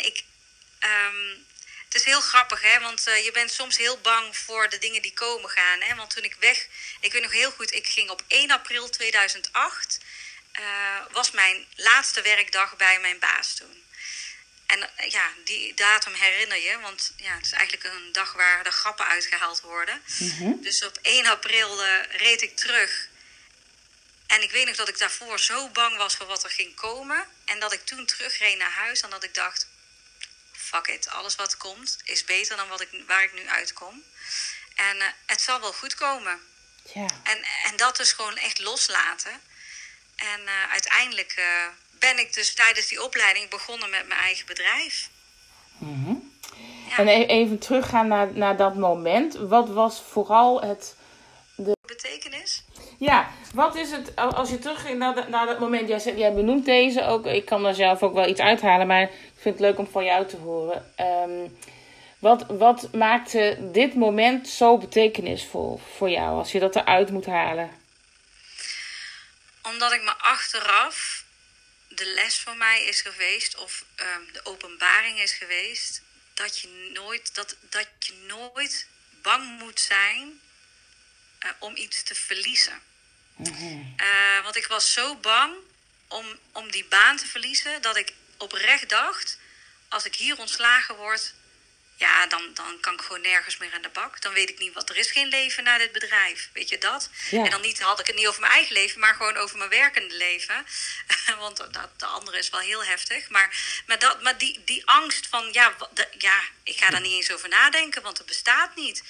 het is heel grappig, hè, want je bent soms heel bang voor de dingen die komen gaan. Hè? Want toen ik weet nog heel goed, ik ging op 1 april 2008, was mijn laatste werkdag bij mijn baas toen. En die datum herinner je, want het is eigenlijk een dag waar de grappen uitgehaald worden. Mm-hmm. Dus op 1 april reed ik terug. En ik weet nog dat ik daarvoor zo bang was voor wat er ging komen. En dat ik toen terugreed naar huis en dat ik dacht, fuck it, alles wat komt is beter dan waar ik nu uitkom. En het zal wel goed komen. Ja. En dat dus gewoon echt loslaten. En uiteindelijk ben ik dus tijdens die opleiding begonnen met mijn eigen bedrijf. Mm-hmm. Ja. En even teruggaan naar dat moment. Wat was vooral de betekenis? Ja, wat is het, als je terugging naar dat moment, jij benoemt deze ook, ik kan er zelf ook wel iets uithalen, maar ik vind het leuk om van jou te horen. Wat maakte dit moment zo betekenisvol voor jou, als je dat eruit moet halen? Omdat ik me achteraf, de les voor mij is geweest, of de openbaring is geweest, dat je nooit bang moet zijn om iets te verliezen. Mm-hmm. Want ik was zo bang om die baan te verliezen, dat ik oprecht dacht, als ik hier ontslagen word, ja, dan kan ik gewoon nergens meer aan de bak. Dan weet ik niet wat. Er is geen leven na dit bedrijf. Weet je dat? Ja. En dan had ik het niet over mijn eigen leven, maar gewoon over mijn werkende leven. Want de andere is wel heel heftig. Maar die angst van, ik ga daar niet eens over nadenken, want het bestaat niet.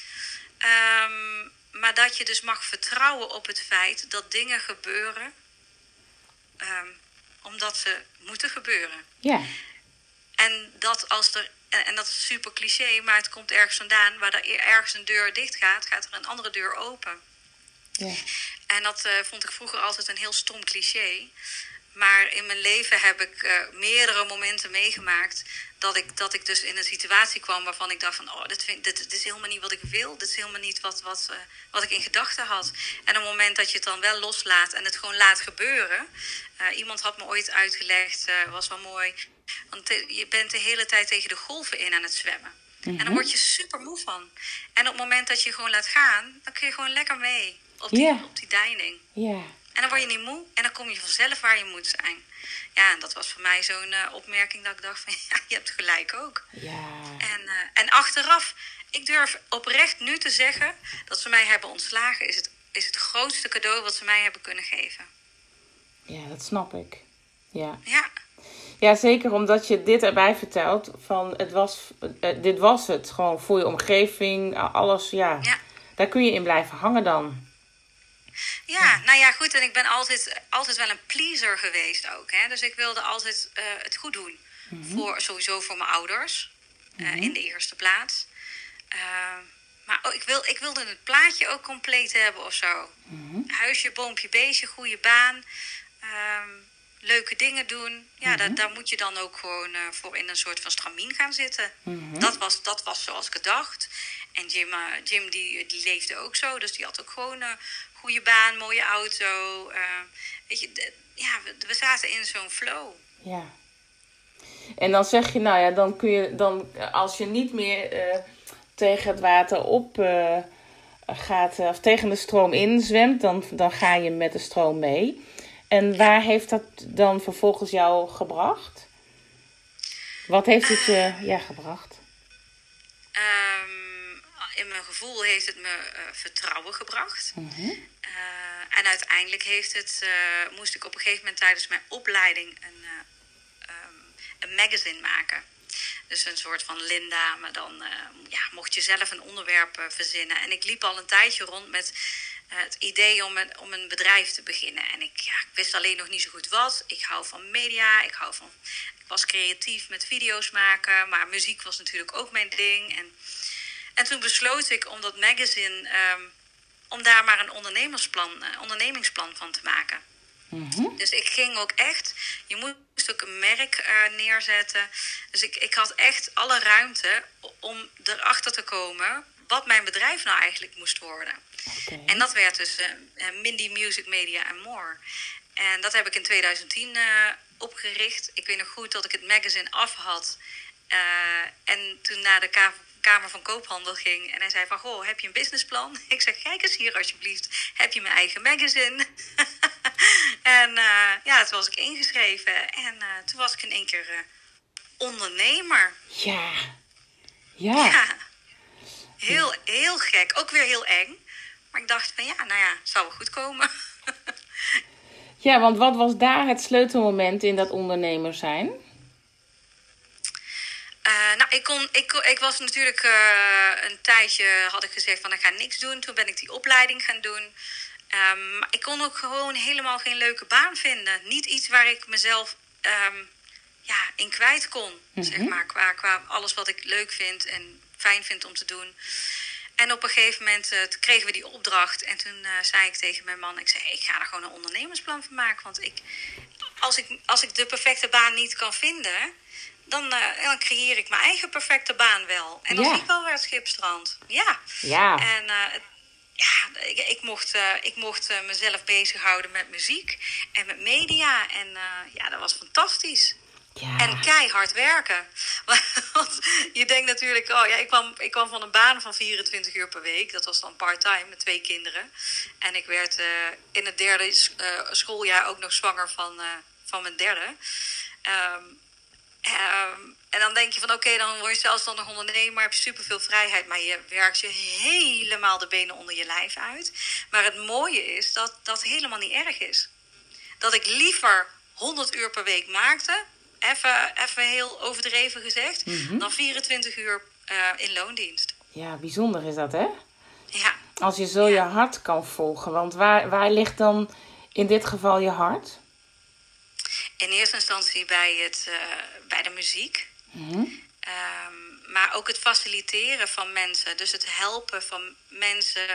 Maar dat je dus mag vertrouwen op het feit dat dingen gebeuren omdat ze moeten gebeuren. Ja. En dat als er, en dat is super cliché, maar het komt ergens vandaan, waar er ergens een deur dicht gaat, gaat er een andere deur open. Ja. En dat vond ik vroeger altijd een heel stom cliché. Maar in mijn leven heb ik meerdere momenten meegemaakt dat ik dus in een situatie kwam waarvan ik dacht van, dit is helemaal niet wat ik wil. Dit is helemaal niet wat ik in gedachten had. En op het moment dat je het dan wel loslaat en het gewoon laat gebeuren. Iemand had me ooit uitgelegd, was wel mooi. Want je bent de hele tijd tegen de golven in aan het zwemmen. Mm-hmm. En dan word je super moe van. En op het moment dat je gewoon laat gaan, dan kun je gewoon lekker mee op die deining. Yeah. En dan word je niet moe en dan kom je vanzelf waar je moet zijn. Ja, en dat was voor mij zo'n opmerking dat ik dacht van, ja, je hebt gelijk ook. Ja. En achteraf, ik durf oprecht nu te zeggen dat ze mij hebben ontslagen, is het grootste cadeau wat ze mij hebben kunnen geven. Ja, dat snap ik. Ja. Ja. Ja, zeker omdat je dit erbij vertelt. Van dit was het. Gewoon voor je omgeving. Alles, ja. Daar kun je in blijven hangen dan. Ja, nou ja, goed. En ik ben altijd wel een pleaser geweest ook. Hè? Dus ik wilde altijd het goed doen. Mm-hmm. Sowieso voor mijn ouders. Mm-hmm. In de eerste plaats. Maar ik wilde het plaatje ook compleet hebben of zo. Mm-hmm. Huisje, boompje, beestje, goede baan. Leuke dingen doen. Ja, mm-hmm. daar moet je dan ook gewoon voor in een soort van stramien gaan zitten. Mm-hmm. Dat was zoals ik het dacht. En Jim die leefde ook zo. Dus die had ook gewoon een goede baan, mooie auto. Weet je, we zaten in zo'n flow. Ja. En dan zeg je, nou ja, dan kun je, als je niet meer tegen het water op gaat, of tegen de stroom in zwemt, dan ga je met de stroom mee. En waar heeft dat dan vervolgens jou gebracht? Wat heeft het je gebracht? In mijn gevoel heeft het me vertrouwen gebracht. Mm-hmm. En uiteindelijk moest ik op een gegeven moment tijdens mijn opleiding een magazine maken. Dus een soort van Linda, maar dan mocht je zelf een onderwerp verzinnen. En ik liep al een tijdje rond met het idee om een bedrijf te beginnen. En ik wist alleen nog niet zo goed wat. Ik hou van media, ik was creatief met video's maken, maar muziek was natuurlijk ook mijn ding. En toen besloot ik om dat magazine, om daar maar een ondernemingsplan van te maken. Dus ik ging ook echt... Je moest ook een merk neerzetten. Dus ik had echt alle ruimte om erachter te komen... wat mijn bedrijf nou eigenlijk moest worden. Okay. En dat werd dus Mindy Music Media and More. En dat heb ik in 2010 opgericht. Ik weet nog goed dat ik het magazine af had. En toen naar de Kamer van Koophandel ging. En hij zei van, goh, heb je een businessplan? Ik zeg, kijk eens hier alsjeblieft. Heb je mijn eigen magazine? En toen was ik ingeschreven. En toen was ik in één keer ondernemer. Ja. Heel, heel gek. Ook weer heel eng. Maar ik dacht van zou wel goed komen. Ja, want wat was daar het sleutelmoment in dat ondernemer zijn? Ik was natuurlijk een tijdje, had ik gezegd van ik ga niks doen. Toen ben ik die opleiding gaan doen. Maar ik kon ook gewoon helemaal geen leuke baan vinden. Niet iets waar ik mezelf in kwijt kon. Zeg maar, qua alles wat ik leuk vind en fijn vind om te doen. En op een gegeven moment kregen we die opdracht. En toen zei ik tegen mijn man, ik ga er gewoon een ondernemersplan van maken. Want als ik de perfecte baan niet kan vinden... Dan creëer ik mijn eigen perfecte baan wel. En dan zie ik wel waar het schip strandt. Ja. En ik mocht mezelf bezighouden met muziek en met media. En dat was fantastisch. Ja. En keihard werken. Want je denkt natuurlijk... ik kwam van een baan van 24 uur per week. Dat was dan part-time met 2 kinderen. En ik werd in het 3e schooljaar ook nog zwanger van mijn 3e. En dan denk je van dan word je zelfstandig ondernemer, heb je superveel vrijheid, maar je werkt je helemaal de benen onder je lijf uit. Maar het mooie is dat dat helemaal niet erg is. Dat ik liever 100 uur per week maakte, even heel overdreven gezegd, dan 24 uur in loondienst. Ja, bijzonder is dat, hè? Ja. Als je zo je hart kan volgen, want waar ligt dan in dit geval je hart? In eerste instantie bij de muziek. Maar ook het faciliteren van mensen. Dus het helpen van mensen.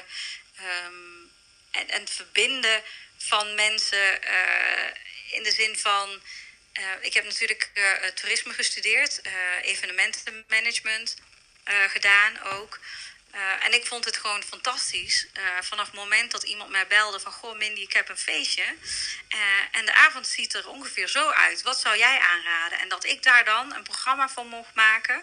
En het verbinden van mensen. In de zin van... ik heb natuurlijk toerisme gestudeerd. Evenementenmanagement gedaan ook. En ik vond het gewoon fantastisch. Vanaf het moment dat iemand mij belde van... Goh Mindy, ik heb een feestje. En de avond ziet er ongeveer zo uit. Wat zou jij aanraden? En dat ik daar dan een programma van mocht maken.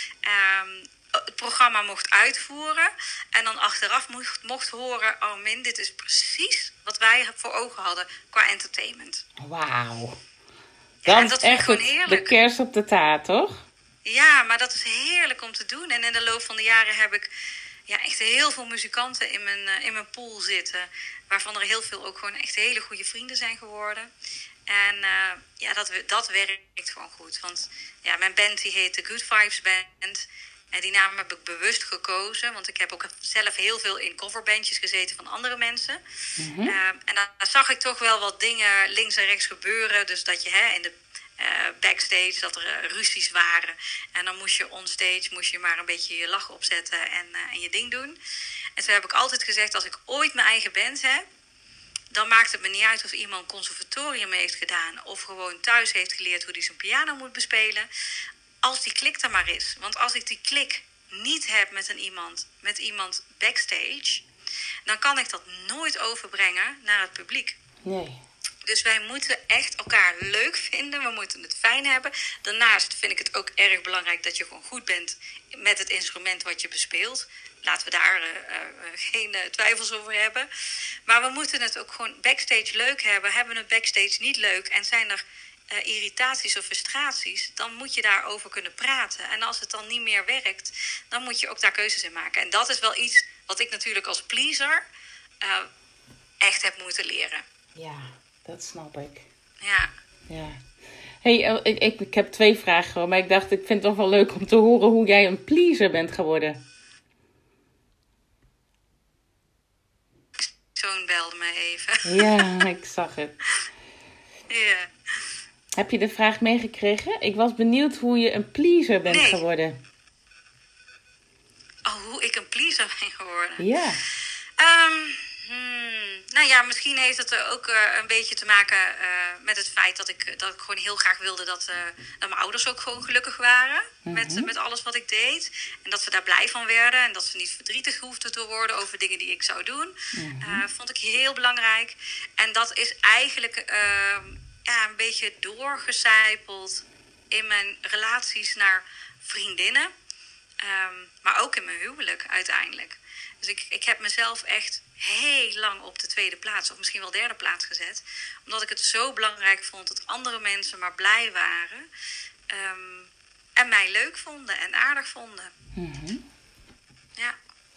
Het programma mocht uitvoeren. En dan achteraf mocht horen... Oh Min, dit is precies wat wij voor ogen hadden qua entertainment. Wauw. Dat is echt de kers op de taart, toch? Ja, maar dat is heerlijk om te doen. En in de loop van de jaren heb ik echt heel veel muzikanten in mijn pool zitten. Waarvan er heel veel ook gewoon echt hele goede vrienden zijn geworden. En dat werkt gewoon goed. Want mijn band die heet de Good Vibes Band. En die naam heb ik bewust gekozen. Want ik heb ook zelf heel veel in coverbandjes gezeten van andere mensen. En dan zag ik toch wel wat dingen links en rechts gebeuren. Dus dat je in de backstage, dat er ruzies waren. En dan moest je onstage maar een beetje je lach opzetten en je ding doen. En toen heb ik altijd gezegd, als ik ooit mijn eigen band heb, dan maakt het me niet uit of iemand conservatorium heeft gedaan of gewoon thuis heeft geleerd hoe hij zijn piano moet bespelen. Als die klik er maar is. Want als ik die klik niet heb met iemand backstage, dan kan ik dat nooit overbrengen naar het publiek. Nee. Dus wij moeten echt elkaar leuk vinden. We moeten het fijn hebben. Daarnaast vind ik het ook erg belangrijk dat je gewoon goed bent met het instrument wat je bespeelt. Laten we daar geen twijfels over hebben. Maar we moeten het ook gewoon backstage leuk hebben. Hebben we het backstage niet leuk en zijn er irritaties of frustraties, dan moet je daarover kunnen praten. En als het dan niet meer werkt, dan moet je ook daar keuzes in maken. En dat is wel iets wat ik natuurlijk als pleaser echt heb moeten leren. Ja, dat snap ik. Ja. Hey, ik heb 2 vragen, maar ik dacht, ik vind het toch wel leuk om te horen hoe jij een pleaser bent geworden. Zoon belde me even. Ja, ik zag het. Ja. Heb je de vraag meegekregen? Ik was benieuwd hoe je een pleaser bent geworden. Oh, hoe ik een pleaser ben geworden? Ja. ja, misschien heeft het er ook een beetje te maken met het feit dat ik gewoon heel graag wilde dat mijn ouders ook gewoon gelukkig waren. Met alles wat ik deed. En dat ze daar blij van werden. En dat ze niet verdrietig hoefden te worden over dingen die ik zou doen. Vond ik heel belangrijk. En dat is eigenlijk een beetje doorgecijpeld in mijn relaties naar vriendinnen. Maar ook in mijn huwelijk uiteindelijk. Dus ik heb mezelf echt heel lang op de tweede plaats, of misschien wel derde plaats gezet. Omdat ik het zo belangrijk vond dat andere mensen maar blij waren. En mij leuk vonden en aardig vonden. Ja.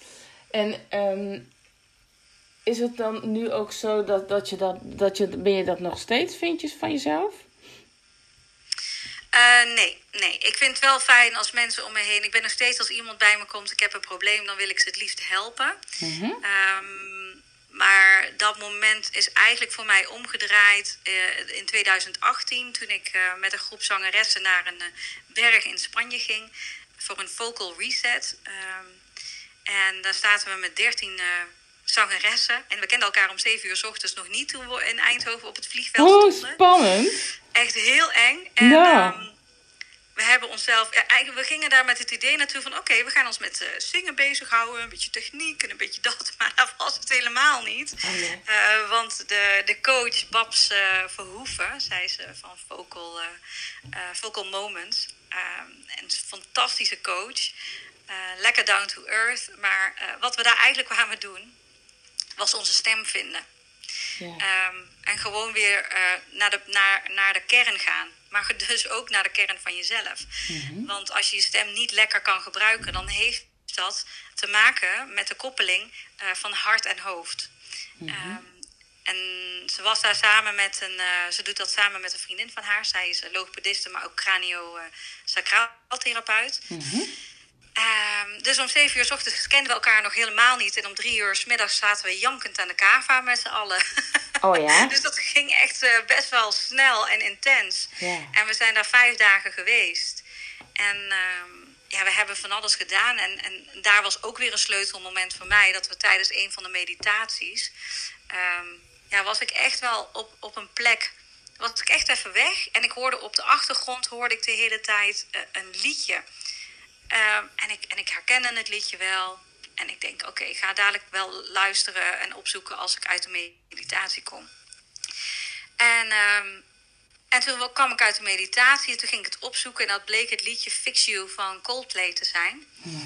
En is het dan nu ook zo ben je dat nog steeds, vind je, van jezelf? Nee. Ik vind het wel fijn als mensen om me heen... Ik ben nog steeds, als iemand bij me komt, ik heb een probleem... dan wil ik ze het liefst helpen. Maar dat moment is eigenlijk voor mij omgedraaid in 2018... toen ik met een groep zangeressen naar een berg in Spanje ging... voor een vocal reset. En daar zaten we met 13 zangeressen. En we kenden elkaar om 7 uur 's ochtends nog niet... toen we in Eindhoven op het vliegveld stonden. Oh, spannend! Echt heel eng. En we hebben onszelf... we gingen daar met het idee naartoe van... oké, we gaan ons met zingen bezighouden. Een beetje techniek en een beetje dat. Maar dat was het helemaal niet. Want de coach Babs Verhoeven... zij is van Vocal Moments. Een fantastische coach. Lekker down to earth. Maar wat we daar eigenlijk kwamen doen... was onze stem vinden. En gewoon weer naar de kern gaan. Maar dus ook naar de kern van jezelf. Want als je je stem niet lekker kan gebruiken... dan heeft dat te maken met de koppeling van hart en hoofd. En ze was daar samen met ze doet dat samen met een vriendin van haar. Zij is logopediste, maar ook craniosacraaltherapeut. Dus om 7 uur 's ochtends kenden we elkaar nog helemaal niet. En om 3 uur 's middags zaten we jankend aan de kava met z'n allen. Oh ja? Dus dat ging echt best wel snel en intens. Yeah. En we zijn daar 5 dagen geweest. En we hebben van alles gedaan. En daar was ook weer een sleutelmoment voor mij. Dat we tijdens een van de meditaties... was ik echt wel op een plek... Was ik echt even weg. En ik hoorde op de achtergrond de hele tijd een liedje... En ik herkende het liedje wel. En ik denk, oké, ik ga dadelijk wel luisteren en opzoeken als ik uit de meditatie kom. En toen kwam ik uit de meditatie en toen ging ik het opzoeken. En dat bleek het liedje Fix You van Coldplay te zijn.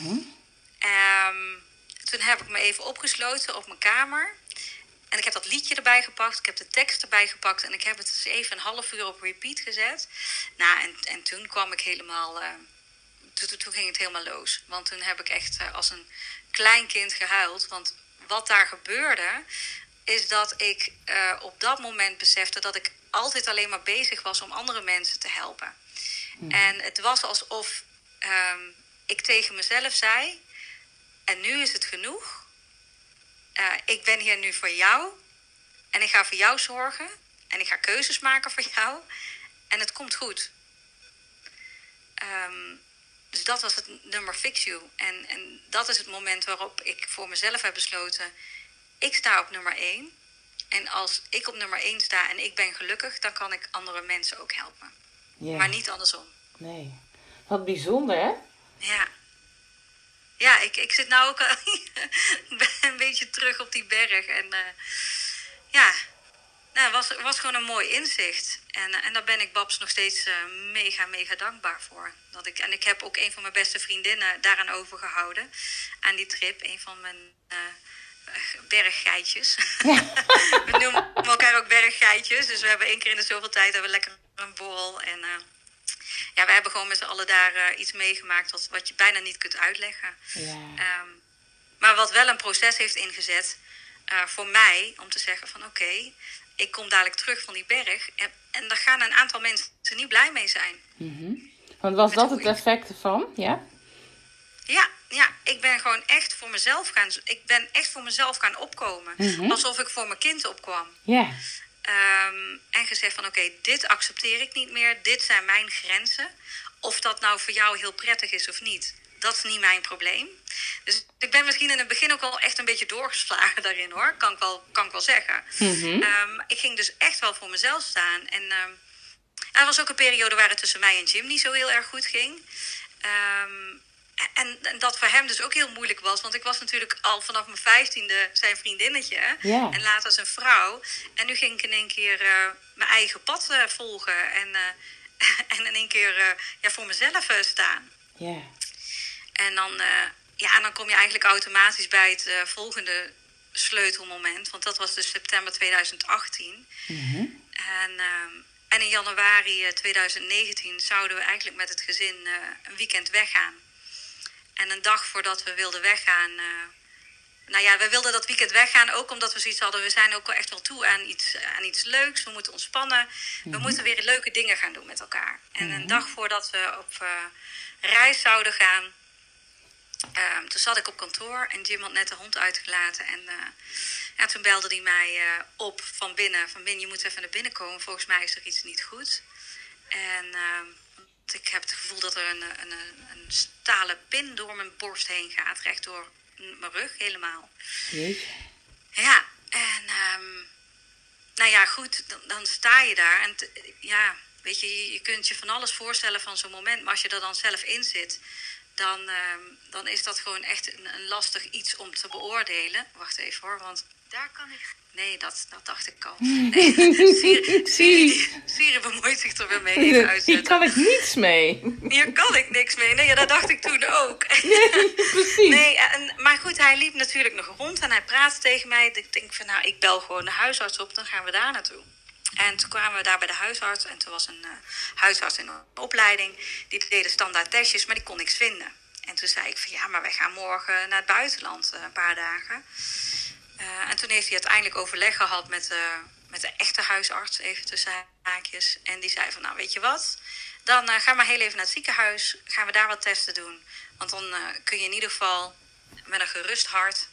Toen heb ik me even opgesloten op mijn kamer. En ik heb dat liedje erbij gepakt. Ik heb de tekst erbij gepakt. En ik heb het dus even een half uur op repeat gezet. Nou, en toen kwam ik helemaal... Toen ging het helemaal los. Want toen heb ik echt als een klein kind gehuild. Want wat daar gebeurde... is dat ik op dat moment besefte... dat ik altijd alleen maar bezig was om andere mensen te helpen. En het was alsof ik tegen mezelf zei... en nu is het genoeg. Ik ben hier nu voor jou. En ik ga voor jou zorgen. En ik ga keuzes maken voor jou. En het komt goed. Dus dat was het nummer Fix You. En dat is het moment waarop ik voor mezelf heb besloten... ik sta op nummer 1. En als ik op nummer 1 sta en ik ben gelukkig... dan kan ik andere mensen ook helpen. Yeah. Maar niet andersom. Nee. Wat bijzonder, hè? Ja. Ja, ik zit nou ook al een beetje terug op die berg. En het was gewoon een mooi inzicht. En daar ben ik Babs nog steeds mega dankbaar voor. Ik heb ook een van mijn beste vriendinnen daaraan overgehouden. Aan die trip. Een van mijn berggeitjes. We noemen elkaar ook berggeitjes. Dus we hebben 1 keer in de zoveel tijd lekker een borrel. En we hebben gewoon met z'n allen daar iets meegemaakt wat je bijna niet kunt uitleggen. Ja. Maar wat wel een proces heeft ingezet voor mij om te zeggen van oké, ik kom dadelijk terug van die berg. En daar gaan een aantal mensen niet blij mee zijn. Want was dat het effect ervan? Ja? Ja, ik ben gewoon echt voor mezelf gaan opkomen. Alsof ik voor mijn kind opkwam. Ja. En gezegd van oké, dit accepteer ik niet meer. Dit zijn mijn grenzen. Of dat nou voor jou heel prettig is of niet. dat is niet mijn probleem. Dus ik ben misschien in het begin ook wel echt een beetje doorgeslagen daarin, hoor. Kan ik wel zeggen. Ik ging dus echt wel voor mezelf staan. En er was ook een periode waar het tussen mij en Jim niet zo heel erg goed ging. En dat voor hem dus ook heel moeilijk was. Want ik was natuurlijk al vanaf mijn 15e zijn vriendinnetje. Ja. En later zijn vrouw. En nu ging ik in één keer mijn eigen pad volgen. En in één keer voor mezelf staan. Ja. En dan kom je eigenlijk automatisch bij het volgende sleutelmoment. Want dat was dus september 2018. En in januari 2019 zouden we eigenlijk met het gezin een weekend weggaan. En een dag voordat we wilden weggaan... we wilden dat weekend weggaan ook omdat we zoiets hadden... we zijn ook wel echt wel toe aan iets leuks. We moeten ontspannen. We moeten weer leuke dingen gaan doen met elkaar. En een dag voordat we op reis zouden gaan... toen zat ik op kantoor en Jim had net de hond uitgelaten. En toen belde hij mij op van binnen. Van Min, je moet even naar binnen komen. Volgens mij is er iets niet goed. En ik heb het gevoel dat er een stalen pin door mijn borst heen gaat. Recht door mijn rug helemaal. Jeetje. Ja, en goed, dan sta je daar. En weet je kunt je van alles voorstellen van zo'n moment. Maar als je er dan zelf in zit... Dan is dat gewoon echt een lastig iets om te beoordelen. Wacht even hoor, want daar kan ik... Nee, dat dacht ik al. Nee, Siri bemoeit zich er weer mee. Even uitzetten. Hier kan ik niets mee. Hier kan ik niks mee. Nee, dat dacht ik toen ook. Nee, precies. Nee, maar goed, hij liep natuurlijk nog rond en hij praatte tegen mij. Ik denk van, ik bel gewoon de huisarts op, dan gaan we daar naartoe. En toen kwamen we daar bij de huisarts. En toen was een huisarts in een opleiding. Die deden standaard testjes, maar die kon niks vinden. En toen zei ik van maar wij gaan morgen naar het buitenland een paar dagen. En toen heeft hij uiteindelijk overleg gehad met de echte huisarts, even tussen haakjes. En die zei van, weet je wat? Dan ga maar heel even naar het ziekenhuis. Gaan we daar wat testen doen. Want dan kun je in ieder geval met een gerust hart...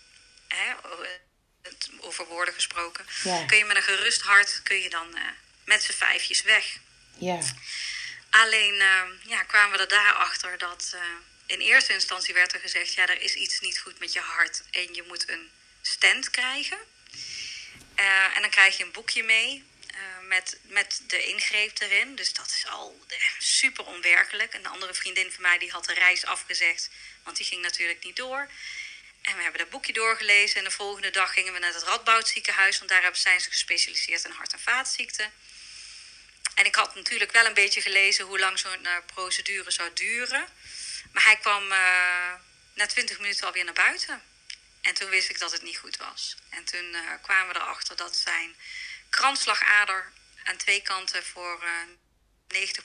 over woorden gesproken... kun je met een gerust hart dan met z'n vijfjes weg. Ja. Alleen kwamen we er daarachter dat... in eerste instantie werd er gezegd... er is iets niet goed met je hart... en je moet een stent krijgen. En dan krijg je een boekje mee... met de ingreep erin. Dus dat is al super onwerkelijk. Een andere vriendin van mij die had de reis afgezegd... want die ging natuurlijk niet door... En we hebben dat boekje doorgelezen. En de volgende dag gingen we naar het Radboud ziekenhuis. Want daar zijn ze gespecialiseerd in hart- en vaatziekten. En ik had natuurlijk wel een beetje gelezen hoe lang zo'n procedure zou duren. Maar hij kwam na 20 minuten alweer naar buiten. En toen wist ik dat het niet goed was. En toen kwamen we erachter dat zijn kransslagader aan twee kanten voor 90%...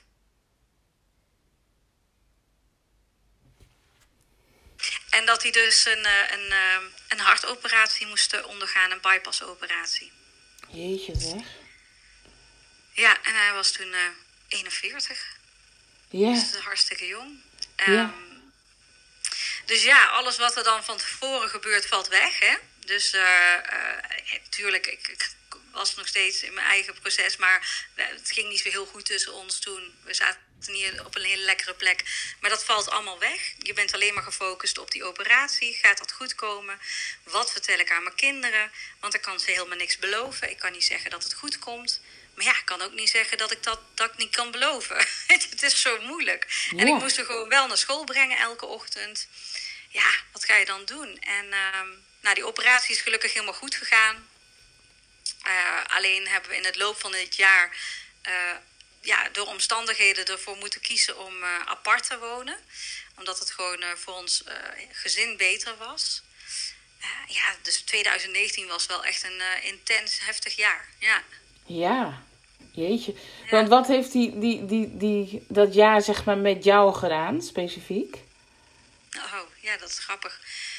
En dat hij dus een hartoperatie moest ondergaan, een bypassoperatie. Jeetje zeg. Ja, en hij was toen 41. Ja. Dus dat is hartstikke jong. Ja. Dus alles wat er dan van tevoren gebeurt valt weg. Hè? Dus tuurlijk, ik was nog steeds in mijn eigen proces. Maar het ging niet zo heel goed tussen ons toen. We zaten niet op een hele lekkere plek. Maar dat valt allemaal weg. Je bent alleen maar gefocust op die operatie. Gaat dat goed komen? Wat vertel ik aan mijn kinderen? Want ik kan ze helemaal niks beloven. Ik kan niet zeggen dat het goed komt. Maar ik kan ook niet zeggen dat ik dat niet kan beloven. Het is zo moeilijk. Ja. En ik moest er gewoon wel naar school brengen elke ochtend. Ja, wat ga je dan doen? En die operatie is gelukkig helemaal goed gegaan. Alleen hebben we in het loop van dit jaar... door omstandigheden ervoor moeten kiezen om apart te wonen. Omdat het gewoon voor ons gezin beter was. Dus 2019 was wel echt een intens, heftig jaar. Ja. Ja, jeetje. Ja. Want wat heeft dat jaar zeg maar met jou gedaan, specifiek? Oh, ja, dat is grappig.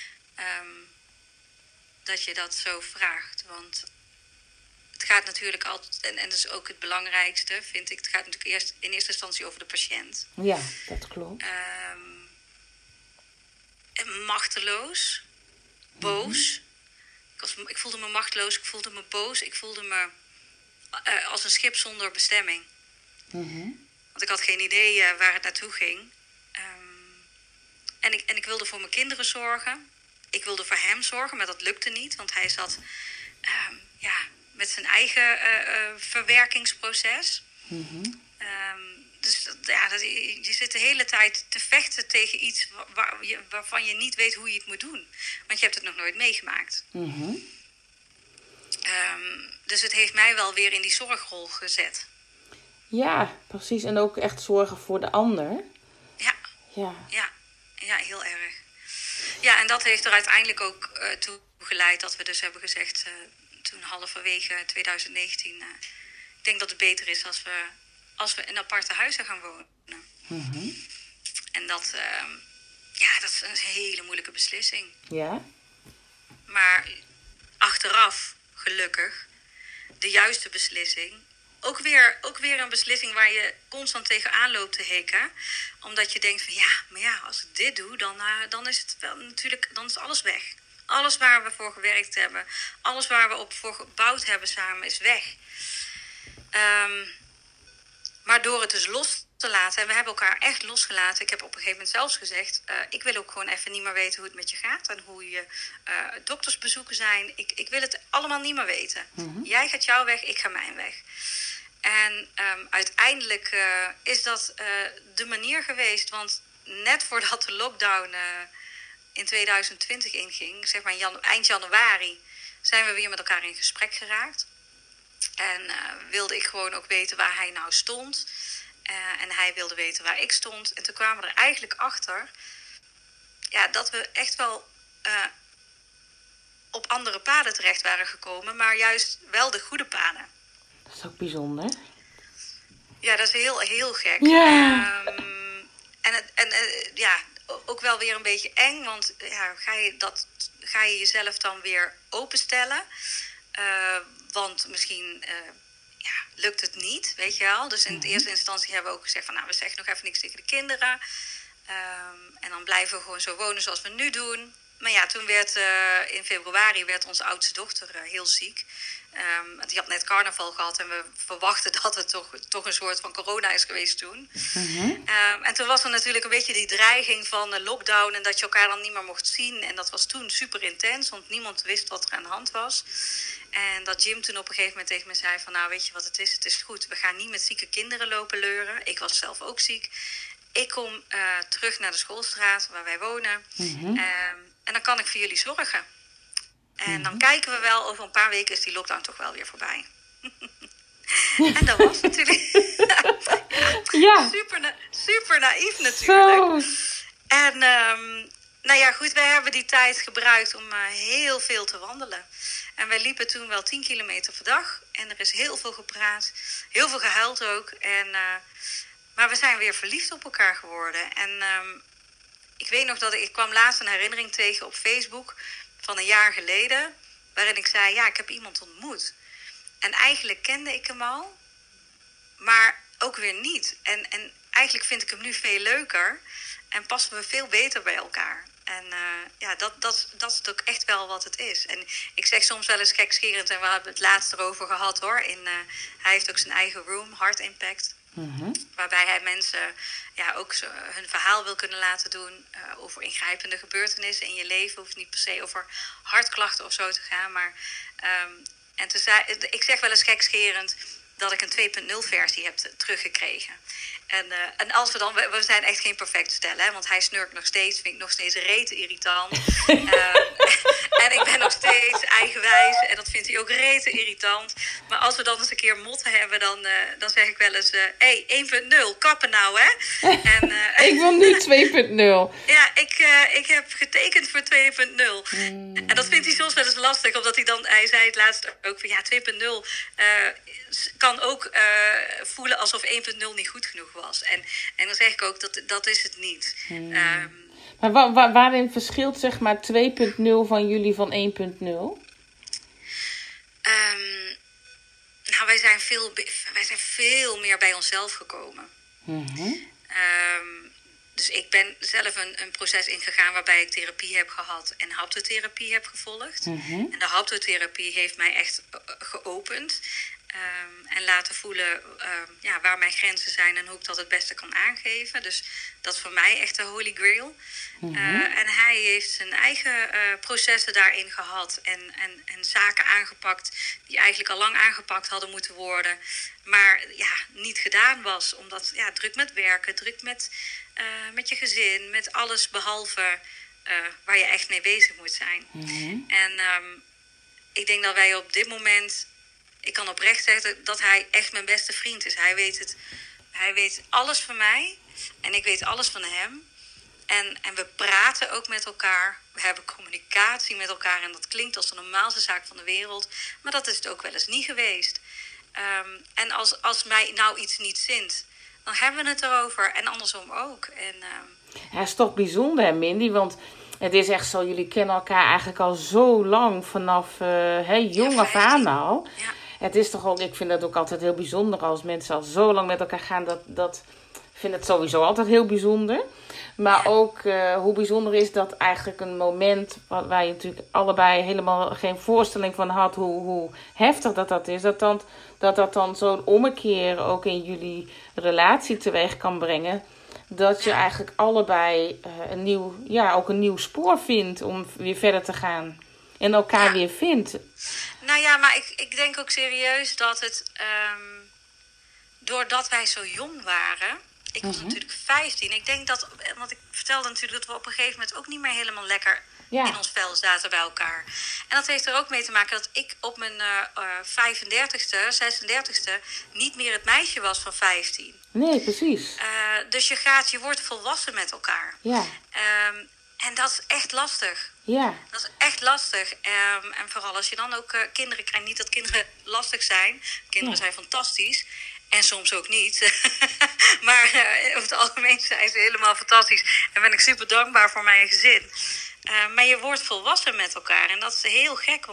Dat je dat zo vraagt. Want het gaat natuurlijk altijd, en dat is ook het belangrijkste, vind ik. Het gaat natuurlijk in eerste instantie over de patiënt. Ja, dat klopt. Machteloos. Boos. Ik voelde me machteloos, ik voelde me boos. Ik voelde me als een schip zonder bestemming. Want ik had geen idee waar het naartoe ging. En ik wilde voor mijn kinderen zorgen. Ik wilde voor hem zorgen, maar dat lukte niet. Want hij zat met zijn eigen verwerkingsproces. Dus je zit de hele tijd te vechten tegen iets waarvan je niet weet hoe je het moet doen. Want je hebt het nog nooit meegemaakt. Dus het heeft mij wel weer in die zorgrol gezet. Ja, precies. En ook echt zorgen voor de ander. Ja, heel erg. Ja, en dat heeft er uiteindelijk ook toe geleid dat we dus hebben gezegd... toen halverwege 2019... ik denk dat het beter is als we in aparte huizen gaan wonen. En dat is een hele moeilijke beslissing. Ja. Maar achteraf, gelukkig, de juiste beslissing. Ook weer een beslissing waar je constant tegenaan loopt te hikken. Omdat je denkt van als ik dit doe, dan is het wel natuurlijk, dan is alles weg. Alles waar we voor gewerkt hebben, alles waar we op voor gebouwd hebben samen, is weg. Maar door het dus los te laten, en we hebben elkaar echt losgelaten. Ik heb op een gegeven moment zelfs gezegd, ik wil ook gewoon even niet meer weten hoe het met je gaat. En hoe je doktersbezoeken zijn. Ik wil het allemaal niet meer weten. Jij gaat jouw weg, ik ga mijn weg. En uiteindelijk is dat de manier geweest. Want net voordat de lockdown in 2020 inging, zeg maar eind januari, zijn we weer met elkaar in gesprek geraakt. En wilde ik gewoon ook weten waar hij nou stond. En hij wilde weten waar ik stond. En toen kwamen we er eigenlijk achter dat we echt wel op andere paden terecht waren gekomen. Maar juist wel de goede paden. Dat is ook bijzonder. Ja, dat is heel, heel gek. Ja. Ook wel weer een beetje eng. Want ga je jezelf dan weer openstellen? Want misschien lukt het niet, weet je wel. Dus in de eerste instantie hebben we ook gezegd van... we zeggen nog even niks tegen de kinderen. En dan blijven we gewoon zo wonen zoals we nu doen. Maar ja, toen werd in februari onze oudste dochter heel ziek. Die had net carnaval gehad en we verwachten dat het toch een soort van corona is geweest toen. En toen was er natuurlijk een beetje die dreiging van lockdown en dat je elkaar dan niet meer mocht zien. En dat was toen super intens, want niemand wist wat er aan de hand was. En dat Jim toen op een gegeven moment tegen me zei van... weet je wat het is? Het is goed. We gaan niet met zieke kinderen lopen leuren. Ik was zelf ook ziek. Ik kom terug naar de schoolstraat waar wij wonen. En dan kan ik voor jullie zorgen. En dan kijken we wel, over een paar weken is die lockdown toch wel weer voorbij. En dat was natuurlijk super naïef natuurlijk. Zo. En goed, wij hebben die tijd gebruikt om heel veel te wandelen. En wij liepen toen wel 10 kilometer per dag. En er is heel veel gepraat, heel veel gehuild ook. Maar we zijn weer verliefd op elkaar geworden. En ik weet nog dat ik kwam laatst een herinnering tegen op Facebook... van een jaar geleden, waarin ik zei... ik heb iemand ontmoet. En eigenlijk kende ik hem al, maar ook weer niet. En eigenlijk vind ik hem nu veel leuker en passen we veel beter bij elkaar. En dat is ook echt wel wat het is. En ik zeg soms wel eens gekscherend, en we hebben het laatst erover gehad hoor. Hij heeft ook zijn eigen room, Heart Impact. Waarbij hij mensen ook hun verhaal wil kunnen laten doen over ingrijpende gebeurtenissen in je leven. Hoeft niet per se over hartklachten of zo te gaan. Maar ik zeg wel eens gekscherend dat ik een 2.0 versie heb teruggekregen. En als we zijn echt geen perfect stel, hè, want hij snurkt nog steeds, vind ik nog steeds rete irritant. En ik ben nog steeds eigenwijs en dat vindt hij ook rete irritant. Maar als we dan eens een keer motten hebben, dan zeg ik wel eens... 1.0, kappen nou, hè? Ik wil niet 2.0. Ja, ik heb getekend voor 2.0. En dat vindt hij soms wel eens lastig, omdat hij zei het laatst ook van 2.0 kan ook voelen alsof 1.0 niet goed genoeg was. En dan zeg ik ook, dat is het niet. Maar waarin verschilt zeg maar 2.0 van jullie van 1.0? Wij zijn veel meer bij onszelf gekomen. Dus ik ben zelf een proces ingegaan waarbij ik therapie heb gehad en haptotherapie heb gevolgd. En de haptotherapie heeft mij echt geopend. En laten voelen waar mijn grenzen zijn en hoe ik dat het beste kan aangeven. Dus dat is voor mij echt de holy grail. En hij heeft zijn eigen processen daarin gehad. En zaken aangepakt die eigenlijk al lang aangepakt hadden moeten worden. Maar niet gedaan was. Omdat druk met werken, druk met je gezin, met alles behalve waar je echt mee bezig moet zijn. En ik denk dat wij op dit moment... Ik kan oprecht zeggen dat hij echt mijn beste vriend is. Hij weet alles van mij. En ik weet alles van hem. En we praten ook met elkaar. We hebben communicatie met elkaar. En dat klinkt als de normaalste zaak van de wereld. Maar dat is het ook wel eens niet geweest. En als mij nou iets niet zint, dan hebben we het erover. En andersom ook. Ja, het is toch bijzonder, hè, Mindy? Want het is echt zo, jullie kennen elkaar eigenlijk al zo lang. Vanaf jong af aan al. Ja. Het is toch ook, ik vind dat ook altijd heel bijzonder als mensen al zo lang met elkaar gaan. Ik vind het sowieso altijd heel bijzonder. Maar ook hoe bijzonder is dat eigenlijk een moment waar je natuurlijk allebei helemaal geen voorstelling van had hoe heftig dat is. Dat dan zo'n ommekeer ook in jullie relatie teweeg kan brengen. Dat je eigenlijk allebei ook een nieuw spoor vindt om weer verder te gaan. En elkaar weer vindt. Nou ja, maar ik denk ook serieus dat het... doordat wij zo jong waren... Ik was natuurlijk 15. Ik denk dat... Want ik vertelde natuurlijk dat we op een gegeven moment ook niet meer helemaal lekker in ons vel zaten bij elkaar. En dat heeft er ook mee te maken dat ik op mijn 35ste, 36ste... niet meer het meisje was van 15. Nee, precies. Dus je wordt volwassen met elkaar. Ja. En dat is echt lastig. Ja. Dat is echt lastig. En vooral als je dan ook kinderen krijgt. Niet dat kinderen lastig zijn. Kinderen zijn fantastisch. En soms ook niet. Maar over het algemeen zijn ze helemaal fantastisch. En ben ik super dankbaar voor mijn gezin. Maar je wordt volwassen met elkaar. En dat is heel gek.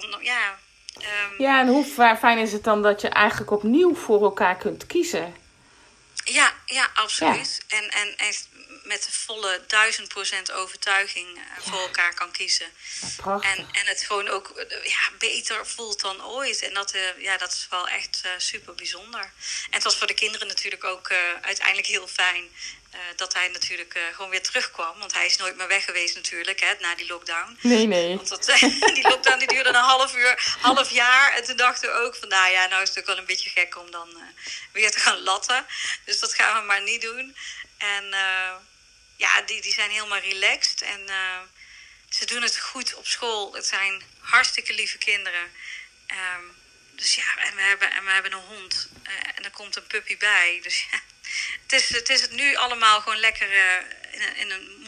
Ja, en hoe fijn is het dan dat je eigenlijk opnieuw voor elkaar kunt kiezen? Ja, absoluut. Ja. En met de volle 1000% overtuiging voor elkaar kan kiezen. Prachtig. En het gewoon ook beter voelt dan ooit. En dat is wel echt super bijzonder. En het was voor de kinderen natuurlijk ook uiteindelijk heel fijn dat hij natuurlijk gewoon weer terugkwam. Want hij is nooit meer weg geweest natuurlijk, na die lockdown. Nee. Want die lockdown die duurde een half jaar. En toen dachten we ook van, nou is het ook wel een beetje gek om dan weer te gaan latten. Dus dat gaan we maar niet doen. En die zijn helemaal relaxed. En ze doen het goed op school. Het zijn hartstikke lieve kinderen. Dus en we hebben een hond. En er komt een puppy bij. Dus het is het nu allemaal gewoon lekker in een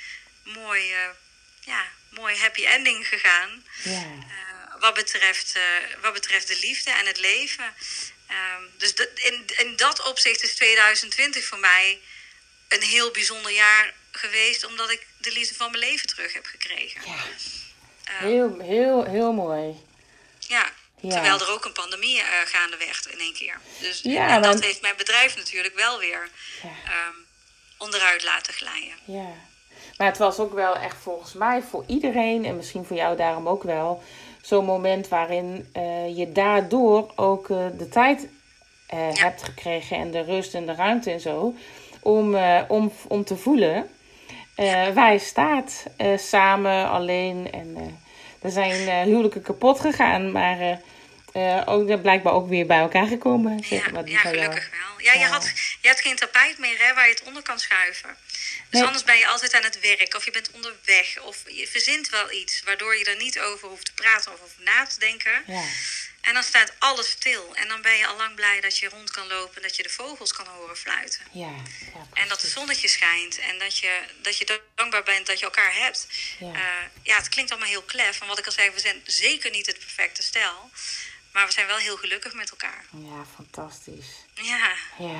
mooi happy ending gegaan. Ja. Wat betreft de liefde en het leven. Dus in dat opzicht is 2020 voor mij een heel bijzonder jaar geweest, omdat ik de liefde van mijn leven terug heb gekregen. Ja. Heel, heel, heel mooi. Ja. Terwijl er ook een pandemie gaande werd in één keer. Dus, en dat heeft mijn bedrijf natuurlijk wel weer onderuit laten glijden. Ja. Maar het was ook wel echt volgens mij voor iedereen, en misschien voor jou daarom ook wel, zo'n moment waarin je daardoor ook de tijd hebt gekregen en de rust en de ruimte en zo, om te voelen waar je staat, samen, alleen. En er zijn huwelijken kapot gegaan, maar ook blijkbaar ook weer bij elkaar gekomen. Zeg maar, gelukkig wel. Ja, je hebt geen tapijt meer waar je het onder kan schuiven. Dus anders ben je altijd aan het werk of je bent onderweg of je verzint wel iets waardoor je er niet over hoeft te praten of over na te denken. Ja. En dan staat alles stil. En dan ben je al lang blij dat je rond kan lopen en dat je de vogels kan horen fluiten. Ja, en dat het zonnetje schijnt en dat je dankbaar bent dat je elkaar hebt. Het klinkt allemaal heel klef. En wat ik al zei, we zijn zeker niet het perfecte stel. Maar we zijn wel heel gelukkig met elkaar. Ja, fantastisch. Ja.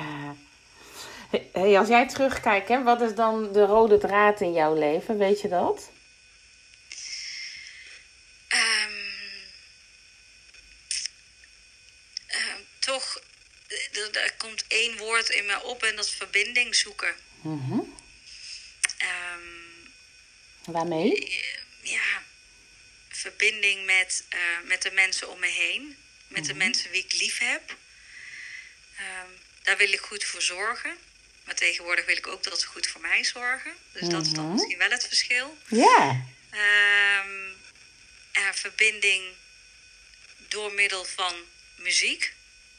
Hey, als jij terugkijkt, wat is dan de rode draad in jouw leven? Weet je dat? Toch, er komt één woord in me op en dat is verbinding zoeken. Mm-hmm. Waarmee? Verbinding met de mensen om me heen. Met de mensen wie ik lief heb. Daar wil ik goed voor zorgen. Maar tegenwoordig wil ik ook dat ze goed voor mij zorgen. Dus dat is dan misschien wel het verschil. Ja. Verbinding door middel van muziek.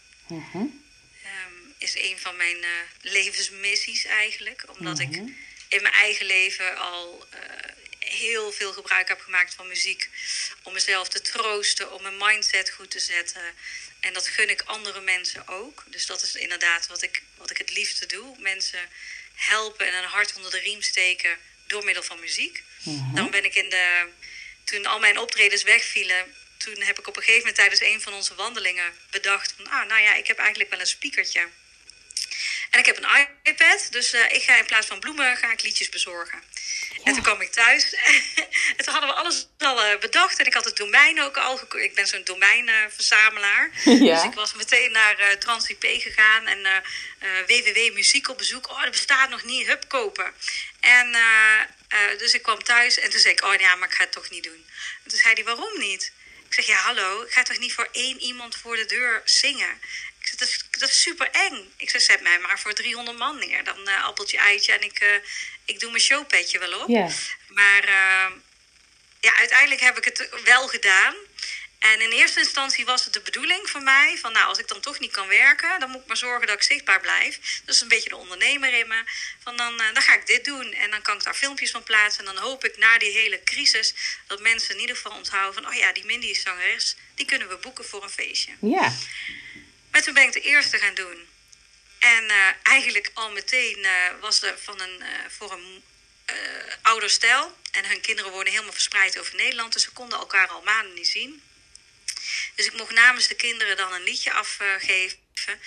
Is een van mijn levensmissies eigenlijk. Omdat ik in mijn eigen leven al heel veel gebruik heb gemaakt van muziek. Om mezelf te troosten, om mijn mindset goed te zetten. En dat gun ik andere mensen ook. Dus dat is inderdaad wat ik het liefste doe. Mensen helpen en een hart onder de riem steken door middel van muziek. Dan ben ik toen al mijn optredens wegvielen, toen heb ik op een gegeven moment tijdens een van onze wandelingen bedacht van, ik heb eigenlijk wel een speakertje. En ik heb een iPad, dus ik ga in plaats van bloemen ga ik liedjes bezorgen. Ja. En toen kwam ik thuis en toen hadden we alles al bedacht. En ik had het domein ook al ik ben zo'n domeinverzamelaar. Dus ik was meteen naar TransIP gegaan en www.muziek op bezoek. Oh, dat bestaat nog niet, hup, kopen. En dus ik kwam thuis en toen zei ik, maar ik ga het toch niet doen. En toen zei hij, waarom niet? Ik zeg, hallo, ik ga toch niet voor 1 iemand voor de deur zingen? Ik zeg, dat is super eng. Ik zeg, zet mij maar voor 300 man neer. Dan appeltje, eitje en ik doe mijn showpetje wel op. Yeah. Maar uiteindelijk heb ik het wel gedaan. En in eerste instantie was het de bedoeling van mij van, als ik dan toch niet kan werken, dan moet ik maar zorgen dat ik zichtbaar blijf. Dus een beetje de ondernemer in me. Van dan ga ik dit doen en dan kan ik daar filmpjes van plaatsen. En dan hoop ik na die hele crisis dat mensen in ieder geval onthouden van, die Mindy is zangeres, die kunnen we boeken voor een feestje. Ja. Maar toen ben ik de eerste gaan doen. En eigenlijk al meteen was er voor een ouder stel. En hun kinderen wonen helemaal verspreid over Nederland. Dus ze konden elkaar al maanden niet zien. Dus ik mocht namens de kinderen dan een liedje afgeven.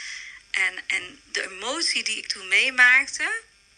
En de emotie die ik toen meemaakte,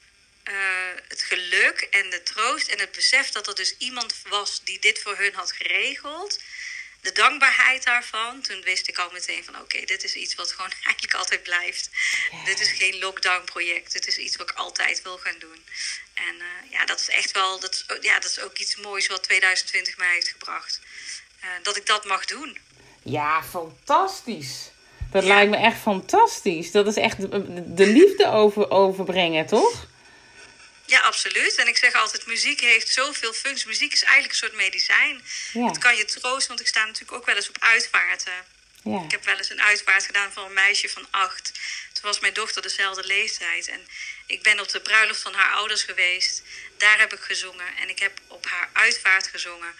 het geluk en de troost en het besef dat er dus iemand was die dit voor hun had geregeld, de dankbaarheid daarvan, toen wist ik al meteen van oké, dit is iets wat gewoon eigenlijk altijd blijft. Yeah. Dit is geen lockdown project, dit is iets wat ik altijd wil gaan doen. En dat is echt wel, dat is ook iets moois wat 2020 mij heeft gebracht. Dat ik dat mag doen. Ja, fantastisch. Dat lijkt me echt fantastisch. Dat is echt de liefde overbrengen, toch? Ja, absoluut. En ik zeg altijd, muziek heeft zoveel functies. Muziek is eigenlijk een soort medicijn. Ja. Het kan je troosten, want ik sta natuurlijk ook wel eens op uitvaarten. Ja. Ik heb wel eens een uitvaart gedaan van een meisje van 8. Toen was mijn dochter dezelfde leeftijd. En ik ben op de bruiloft van haar ouders geweest. Daar heb ik gezongen. En ik heb op haar uitvaart gezongen.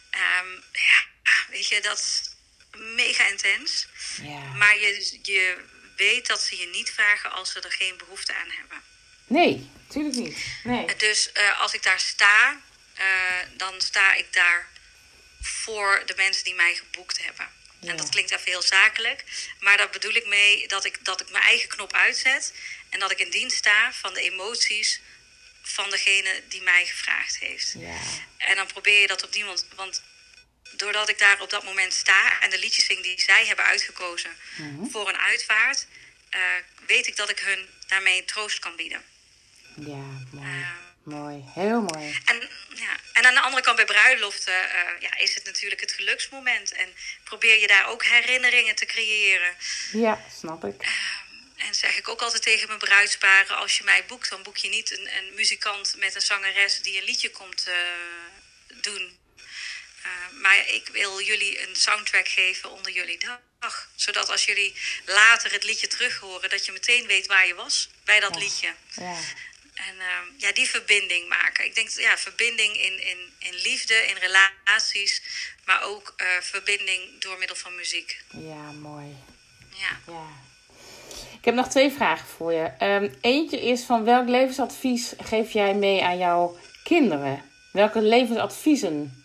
Weet je, dat is mega intens. Ja. Maar je weet dat ze je niet vragen als ze er geen behoefte aan hebben. Nee, natuurlijk niet. Nee. Dus als ik daar sta, dan sta ik daar voor de mensen die mij geboekt hebben. Ja. En dat klinkt even heel zakelijk. Maar daar bedoel ik mee dat ik mijn eigen knop uitzet. En dat ik in dienst sta van de emoties van degene die mij gevraagd heeft. Ja. En dan probeer je dat op die moment. Want doordat ik daar op dat moment sta en de liedjes zing die zij hebben uitgekozen voor een uitvaart, weet ik dat ik hun daarmee troost kan bieden. Ja, mooi. Mooi, heel mooi. En aan de andere kant bij bruiloften is het natuurlijk het geluksmoment. En probeer je daar ook herinneringen te creëren. Ja, snap ik. En zeg ik ook altijd tegen mijn bruidsparen, als je mij boekt, dan boek je niet een muzikant met een zangeres die een liedje komt doen. Maar ik wil jullie een soundtrack geven onder jullie dag. Zodat als jullie later het liedje terug horen, dat je meteen weet waar je was bij dat liedje. Ja. En die verbinding maken. Ik denk, verbinding in liefde, in relaties. Maar ook verbinding door middel van muziek. Ja, mooi. Ja. Ik heb nog 2 vragen voor je. Eentje is van welk levensadvies geef jij mee aan jouw kinderen? Welke levensadviezen?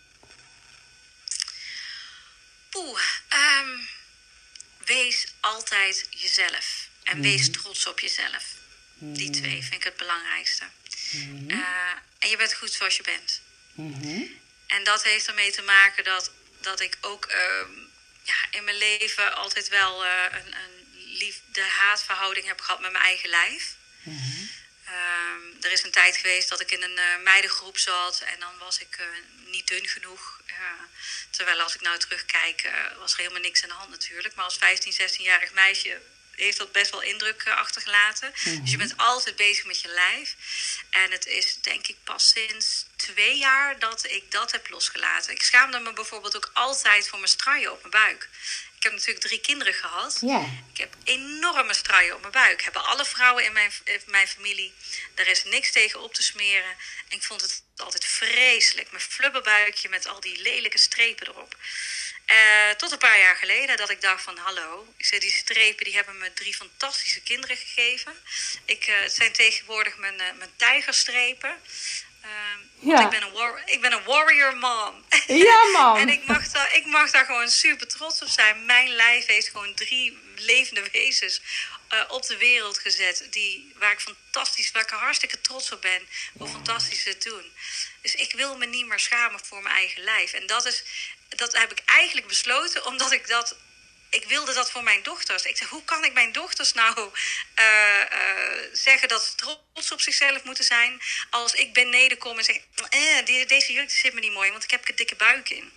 Wees altijd jezelf. En wees trots op jezelf. Die 2 vind ik het belangrijkste. En je bent goed zoals je bent. En dat heeft ermee te maken dat ik ook in mijn leven altijd wel een liefde-haatverhouding heb gehad met mijn eigen lijf. Er is een tijd geweest dat ik in een meidengroep zat en dan was ik niet dun genoeg. Terwijl als ik nou terugkijk, was er helemaal niks aan de hand natuurlijk. Maar als 15, 16-jarig meisje heeft dat best wel indruk achtergelaten. Dus je bent altijd bezig met je lijf. En het is denk ik pas sinds 2 jaar dat ik dat heb losgelaten. Ik schaamde me bijvoorbeeld ook altijd voor mijn straien op mijn buik. Ik heb natuurlijk 3 kinderen gehad. Ja. Ik heb enorme straien op mijn buik. Hebben alle vrouwen in mijn familie. Daar is niks tegen op te smeren. En ik vond het altijd vreselijk. Mijn flubberbuikje met al die lelijke strepen erop. Tot een paar jaar geleden dat ik dacht van hallo. Ik zei, die strepen die hebben me 3 fantastische kinderen gegeven. Het zijn tegenwoordig mijn tijgerstrepen. Want ik ben een warrior mom. Ja, man. En ik mag daar gewoon super trots op zijn. Mijn lijf heeft gewoon 3 levende wezens op de wereld gezet. Waar ik hartstikke trots op ben. Hoe fantastisch ze het doen. Dus ik wil me niet meer schamen voor mijn eigen lijf. En dat heb ik eigenlijk besloten omdat ik wilde dat voor mijn dochters. Ik zei, hoe kan ik mijn dochters nou zeggen dat ze trots op zichzelf moeten zijn... als ik beneden kom en zeg, deze jurk zit me niet mooi, want ik heb een dikke buik in.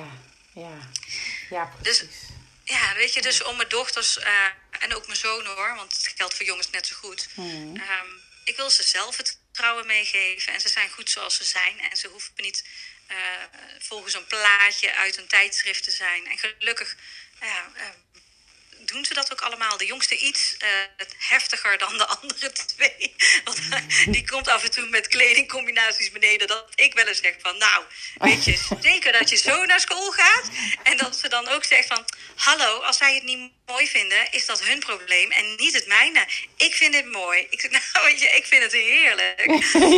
Ja, precies. Dus, ja, weet je, dus om mijn dochters en ook mijn zoon hoor, want het geldt voor jongens net zo goed. Ik wil ze zelfvertrouwen meegeven en ze zijn goed zoals ze zijn. En ze hoeven niet volgens een plaatje uit een tijdschrift te zijn. En gelukkig... doen ze dat ook allemaal. De jongste iets heftiger dan de andere 2. Want die komt af en toe met kledingcombinaties beneden. Dat ik wel eens zeg van, nou, weet je, zeker dat je zo naar school gaat. En dat ze dan ook zegt van, hallo, als zij het niet mooi vinden, is dat hun probleem en niet het mijne. Ik vind het mooi. Ik zeg, nou, weet je, ik vind het heerlijk.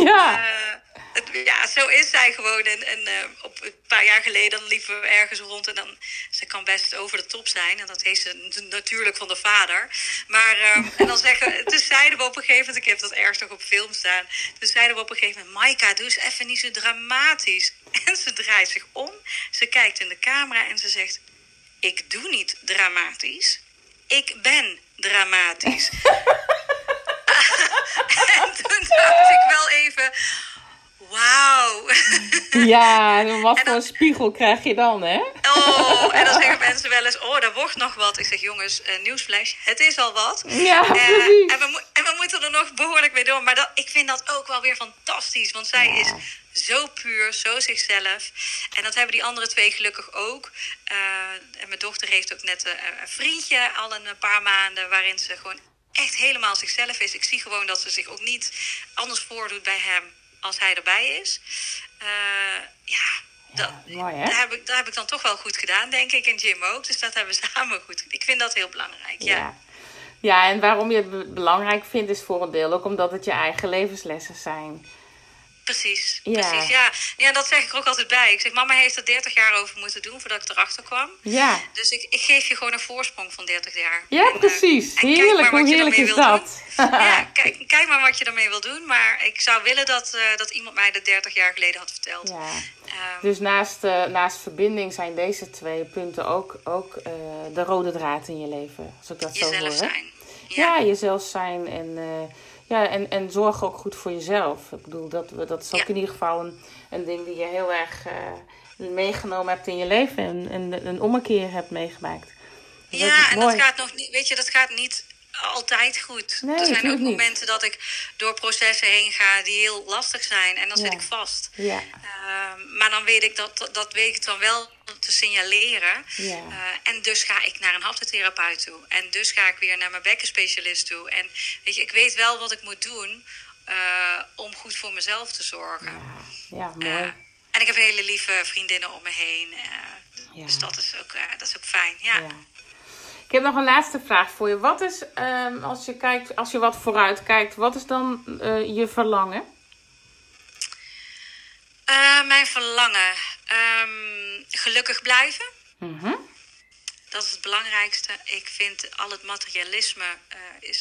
Ja, zo is zij gewoon. En op een paar jaar geleden dan liepen we ergens rond. En dan, ze kan best over de top zijn. En dat heeft ze natuurlijk van de vader. Maar, en dan toen zeiden we op een gegeven moment... Ik heb dat ergens nog op film staan. Toen zeiden we op een gegeven moment... Maika, doe eens even niet zo dramatisch. En ze draait zich om. Ze kijkt in de camera en ze zegt... Ik doe niet dramatisch. Ik ben dramatisch. En toen dacht ik wel even... Wauw. Ja, wat voor een spiegel krijg je dan, hè? Oh, en dan zeggen mensen wel eens, daar wordt nog wat. Ik zeg, jongens, nieuwsflash, het is al wat. Ja, precies. En we moeten er nog behoorlijk mee door. Maar ik vind dat ook wel weer fantastisch. Want zij is zo puur, zo zichzelf. En dat hebben die andere 2 gelukkig ook. En mijn dochter heeft ook net een vriendje al een paar maanden... waarin ze gewoon echt helemaal zichzelf is. Ik zie gewoon dat ze zich ook niet anders voordoet bij hem... als hij erbij is. Mooi, hè? Daar heb ik dan toch wel goed gedaan, denk ik. En Jim ook. Dus dat hebben we samen goed gedaan. Ik vind dat heel belangrijk, Ja, en waarom je het belangrijk vindt is voor een deel ook omdat het je eigen levenslessen zijn. Precies. Ja, dat zeg ik er ook altijd bij. Ik zeg, mama heeft er 30 jaar over moeten doen voordat ik erachter kwam. Ja. Dus ik geef je gewoon een voorsprong van 30 jaar. Ja, precies. Heerlijk, hoe heerlijk is dat? Ja, kijk maar wat je ermee wil doen. Maar ik zou willen dat iemand mij dat 30 jaar geleden had verteld. Ja. Dus naast verbinding zijn deze 2 punten ook de rode draad in je leven. Als ik dat zo hoor. Jezelf zijn. Ja, jezelf zijn en zorg ook goed voor jezelf. Ik bedoel, dat is ook in ieder geval een ding die je heel erg meegenomen hebt in je leven. En een ommekeer hebt meegemaakt. Dus dat gaat nog niet, weet je, dat gaat niet altijd goed. Nee, er zijn ook niet. momenten dat ik door processen heen ga die heel lastig zijn. En dan zit ik vast. Ja. Maar dan weet ik dat weet ik dan wel te signaleren. Ja. En dus ga ik naar een haptotherapeut toe. En dus ga ik weer naar mijn bekkenspecialist toe. En weet je, ik weet wel wat ik moet doen om goed voor mezelf te zorgen. Ja, mooi. En ik heb hele lieve vriendinnen om me heen. Dus dat is ook fijn. Ja. Ik heb nog een laatste vraag voor je. Wat is, als je wat vooruit kijkt, wat is dan je verlangen? Mijn verlangen? Gelukkig blijven. Dat is het belangrijkste. Ik vind al het materialisme is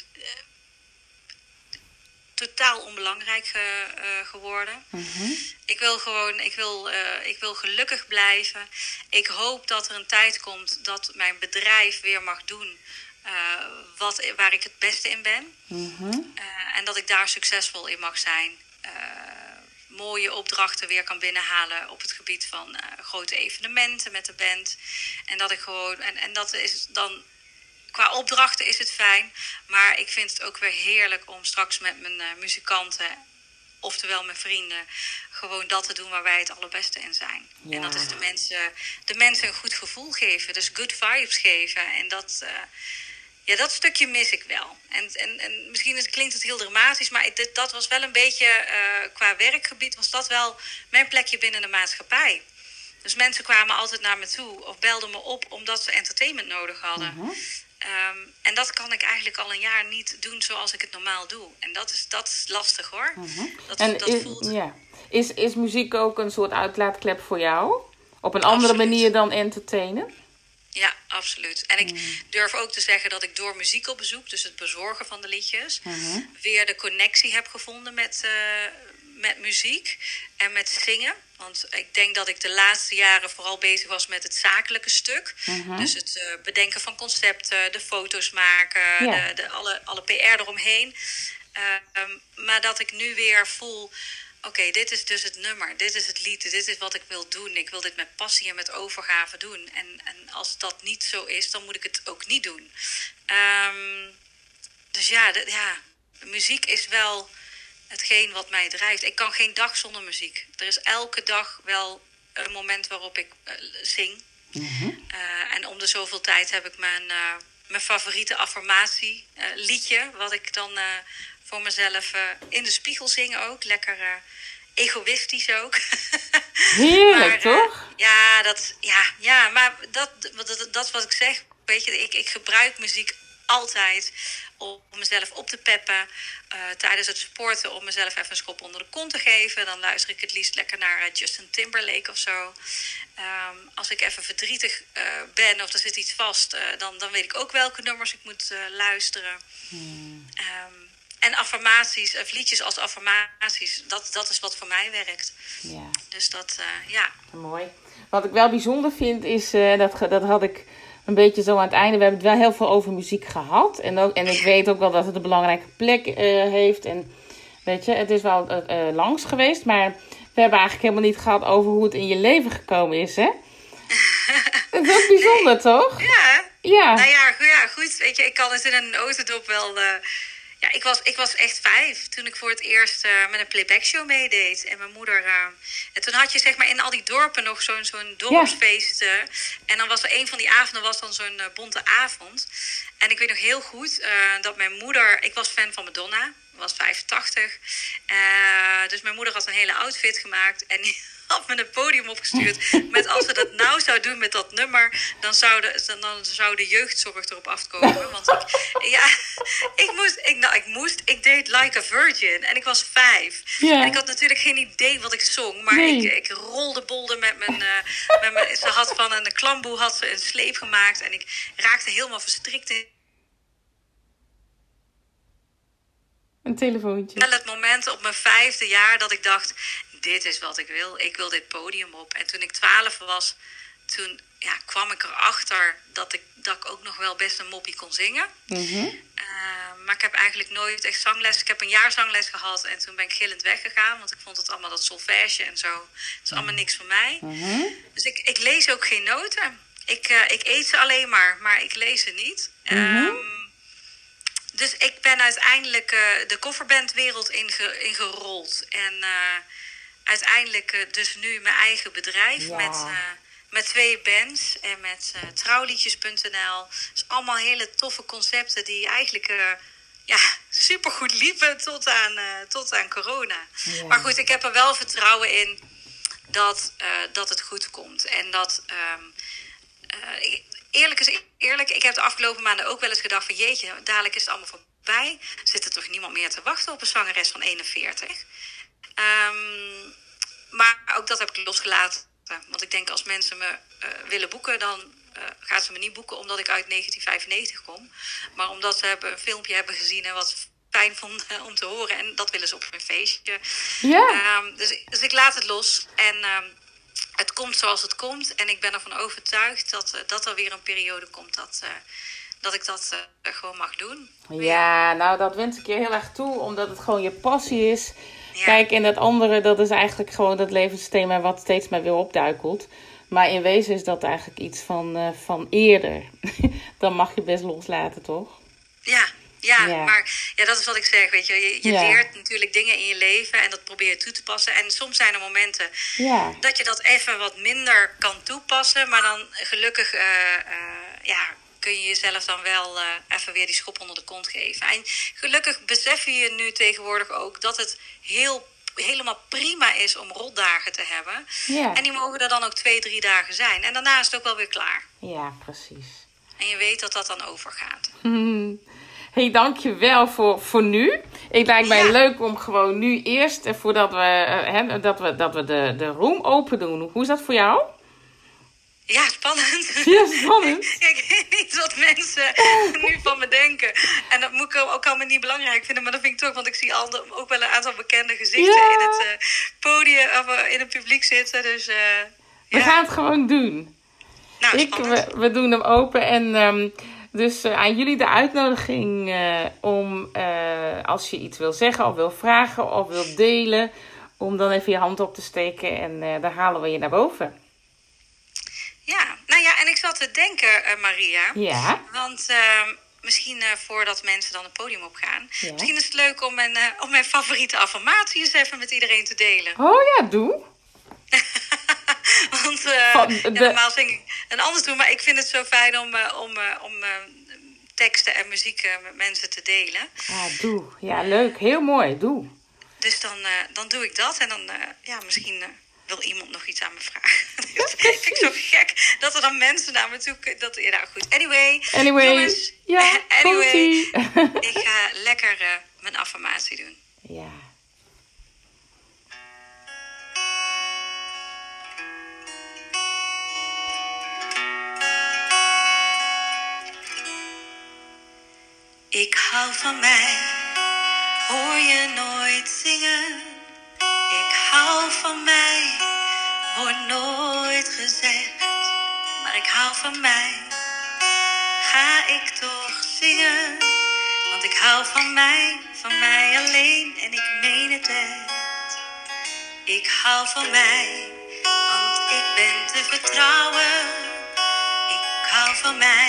totaal onbelangrijk geworden. Ik wil gelukkig blijven. Ik hoop dat er een tijd komt dat mijn bedrijf weer mag doen waar ik het beste in ben. En dat ik daar succesvol in mag zijn. Mooie opdrachten weer kan binnenhalen op het gebied van grote evenementen met de band. En dat ik gewoon, en dat is dan qua opdrachten is het fijn. Maar ik vind het ook weer heerlijk om straks met mijn muzikanten, oftewel mijn vrienden, gewoon dat te doen waar wij het allerbeste in zijn. Ja. En dat is de mensen een goed gevoel geven. Dus good vibes geven. En dat stukje mis ik wel. En misschien klinkt het heel dramatisch, maar dat was wel een beetje, qua werkgebied, was dat wel mijn plekje binnen de maatschappij. Dus mensen kwamen altijd naar me toe of belden me op omdat ze entertainment nodig hadden. En dat kan ik eigenlijk al een jaar niet doen zoals ik het normaal doe. En dat is lastig hoor. Is muziek ook een soort uitlaatklep voor jou? Op een andere manier dan entertainen? Ja, absoluut. En ik durf ook te zeggen dat ik door muziek op bezoek, dus het bezorgen van de liedjes, weer de connectie heb gevonden met muziek en met zingen. Want ik denk dat ik de laatste jaren vooral bezig was met het zakelijke stuk. Dus het bedenken van concepten, de foto's maken, alle PR eromheen. Maar dat ik nu weer voel, oké, dit is dus het nummer, dit is het lied, dit is wat ik wil doen. Ik wil dit met passie en met overgave doen. En als dat niet zo is, dan moet ik het ook niet doen. Dus muziek is wel hetgeen wat mij drijft. Ik kan geen dag zonder muziek. Er is elke dag wel een moment waarop ik zing. En om de zoveel tijd heb ik mijn favoriete affirmatie liedje, wat ik dan voor mezelf in de spiegel zing ook. Lekker egoïstisch ook. Heerlijk, maar, toch? Maar dat is wat ik zeg. Weet je, ik gebruik muziek altijd om mezelf op te peppen. Tijdens het sporten om mezelf even een schop onder de kont te geven. Dan luister ik het liefst lekker naar Justin Timberlake of zo. Als ik even verdrietig ben of er zit iets vast, dan weet ik ook welke nummers ik moet luisteren. En affirmaties, of liedjes als affirmaties, dat is wat voor mij werkt. Ja. Dus dat, Mooi. Wat ik wel bijzonder vind is, dat had ik een beetje zo aan het einde. We hebben het wel heel veel over muziek gehad. En ik weet ook wel dat het een belangrijke plek heeft. En weet je, het is wel langs geweest. Maar we hebben eigenlijk helemaal niet gehad over hoe het in je leven gekomen is, hè? Dat is ook bijzonder, toch? Ja. Nou ja, goed. Weet je, ik kan het in een notendop wel... Ik was echt 5 toen ik voor het eerst met een playbackshow meedeed. En mijn moeder... en toen had je zeg maar in al die dorpen nog zo'n dorpsfeest. En dan was er een van die avonden was dan zo'n bonte avond. En ik weet nog heel goed dat mijn moeder... Ik was fan van Madonna. Was 85. Dus mijn moeder had een hele outfit gemaakt. En die had me een podium opgestuurd. Met als ze dat nou zou doen met dat nummer, dan zou de jeugdzorg erop afkomen. Want ik deed Like a Virgin. En ik was 5. Yeah. En ik had natuurlijk geen idee wat ik zong. Maar ik rolde bolde met mijn... Ze had van een klamboe had ze een sleep gemaakt. En ik raakte helemaal verstrikt in een telefoontje. Wel het moment op mijn 5e jaar dat ik dacht, dit is wat ik wil. Ik wil dit podium op. En toen ik 12 was, toen kwam ik erachter dat ik ook nog wel best een moppie kon zingen. Maar ik heb eigenlijk nooit echt zangles. Ik heb een jaar zangles gehad en toen ben ik gillend weggegaan. Want ik vond het allemaal dat solfège en zo. Het is allemaal niks voor mij. Dus ik lees ook geen noten. Ik eet ze alleen maar ik lees ze niet. Dus ik ben uiteindelijk de coverbandwereld ingerold. En uiteindelijk dus nu mijn eigen bedrijf met 2 bands en met trouwliedjes.nl. Dus allemaal hele toffe concepten die eigenlijk supergoed liepen tot aan corona. Ja. Maar goed, ik heb er wel vertrouwen in dat het goed komt. En dat... Eerlijk is eerlijk, ik heb de afgelopen maanden ook wel eens gedacht van jeetje, dadelijk is het allemaal voorbij. Zit er toch niemand meer te wachten op een zangeres van 41? Maar ook dat heb ik losgelaten. Want ik denk als mensen me willen boeken, dan gaan ze me niet boeken omdat ik uit 1995 kom. Maar omdat ze een filmpje hebben gezien en wat fijn vonden om te horen. En dat willen ze op een feestje. Ja. Dus ik laat het los. En... het komt zoals het komt. En ik ben ervan overtuigd dat er weer een periode komt dat ik dat gewoon mag doen. Ja, nou dat wens ik je heel erg toe. Omdat het gewoon je passie is. Ja. Kijk, en dat andere, dat is eigenlijk gewoon dat levensthema wat steeds maar weer opduikelt. Maar in wezen is dat eigenlijk iets van eerder. Dan mag je best loslaten, toch? Ja, maar dat is wat ik zeg, weet je. Je leert natuurlijk dingen in je leven en dat probeer je toe te passen. En soms zijn er momenten dat je dat even wat minder kan toepassen. Maar dan gelukkig kun je jezelf dan wel even weer die schop onder de kont geven. En gelukkig besef je nu tegenwoordig ook dat het helemaal prima is om rotdagen te hebben. Ja. En die mogen er dan ook 2-3 dagen zijn. En daarna is het ook wel weer klaar. Ja, precies. En je weet dat dat dan overgaat. Hey, dankjewel voor nu. Het lijkt mij leuk om gewoon nu eerst, voordat we de room open doen. Hoe is dat voor jou? Ja, spannend. Ja, spannend. Ik weet niet wat mensen nu van me denken. En dat moet ik ook allemaal niet belangrijk vinden. Maar dat vind ik toch, want ik zie ook wel een aantal bekende gezichten in het podium of in het publiek zitten. Dus, we gaan het gewoon doen. Nou, we doen hem open en... Dus aan jullie de uitnodiging om als je iets wil zeggen of wil vragen of wil delen, om dan even je hand op te steken en dan halen we je naar boven. Ja, nou ja, en ik zat te denken, Maria. Ja. Want misschien voordat mensen dan het podium opgaan, misschien is het leuk om mijn favoriete affirmaties even met iedereen te delen. Oh ja, doe. Want normaal zing ik een anders doen, maar ik vind het zo fijn om teksten en muziek met mensen te delen. Ah, doe. Ja, leuk. Heel mooi. Doe. Dus dan doe ik dat en dan misschien wil iemand nog iets aan me vragen. Dat vind ik zo gek dat er dan mensen naar me toe... nou goed, anyway. Jongens, ja, ik ga lekker mijn affirmatie doen. Ja. Ik hou van mij, hoor je nooit zingen. Ik hou van mij, wordt nooit gezegd. Maar ik hou van mij, ga ik toch zingen. Want ik hou van mij alleen en ik meen het echt. Ik hou van mij, want ik ben te vertrouwen. Ik hou van mij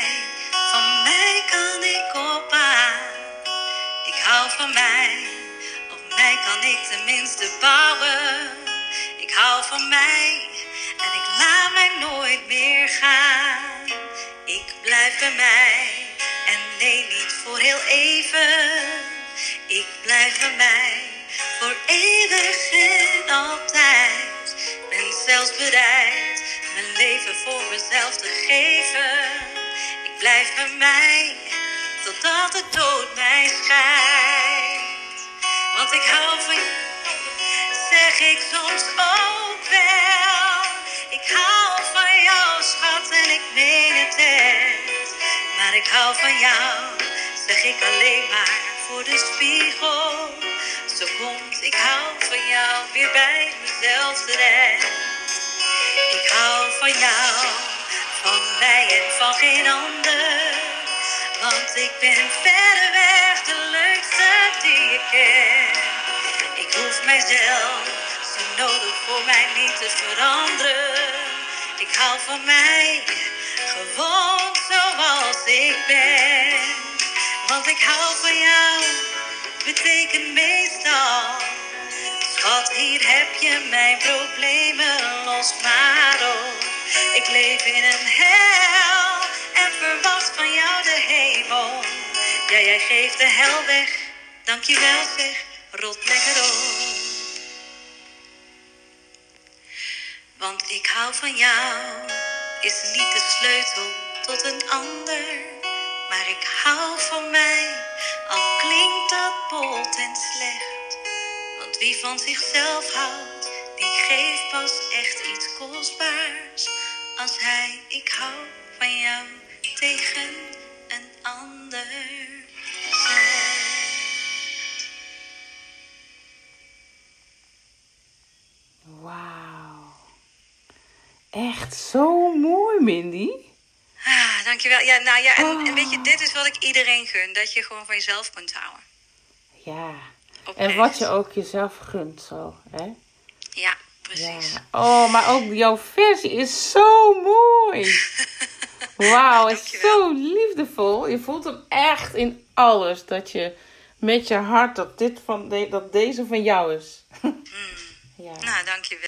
kan ik op aan. Ik hou van mij, op mij kan ik tenminste bouwen. Ik hou van mij en ik laat mij nooit meer gaan. Ik blijf bij mij en nee, niet voor heel even. Ik blijf bij mij, voor eeuwig en altijd. Ben zelfs bereid mijn leven voor mezelf te geven. Ik blijf bij mij, totdat de dood mij scheidt. Want ik hou van jou, zeg ik soms ook wel. Ik hou van jou, schat, en ik meen het echt. Maar ik hou van jou, zeg ik alleen maar voor de spiegel. Zo komt, ik hou van jou weer bij mezelf terecht. Ik hou van jou, van mij en van geen ander. Want ik ben verreweg de leukste die ik ken. Ik hoef mijzelf zo nodig voor mij niet te veranderen. Ik hou van mij, gewoon zoals ik ben. Want ik hou van jou, betekent meestal. Schat, hier heb je mijn problemen, los maar op. Ik leef in een hel en verwacht van jou de hemel. Ja, jij geeft de hel weg, dankjewel zeg, rot lekker op. Want ik hou van jou, is niet de sleutel tot een ander. Maar ik hou van mij, al klinkt dat bot en slecht. Want wie van zichzelf houdt, die geeft pas echt iets kostbaars. Als hij, ik hou van jou, tegen een ander zegt. Wauw. Echt zo mooi, Mindy. Ah, dankjewel. Ja, nou ja, en weet je, dit is wat ik iedereen gun. Dat je gewoon van jezelf kunt houden. Ja. Oprecht. En wat je ook jezelf gunt zo, hè? Ja, precies. Ja. Oh, maar ook jouw versie is zo mooi. Wauw, het is zo liefdevol. Je voelt hem echt in alles. Dat je met je hart dat deze van jou is. Ja. Nou, dankjewel.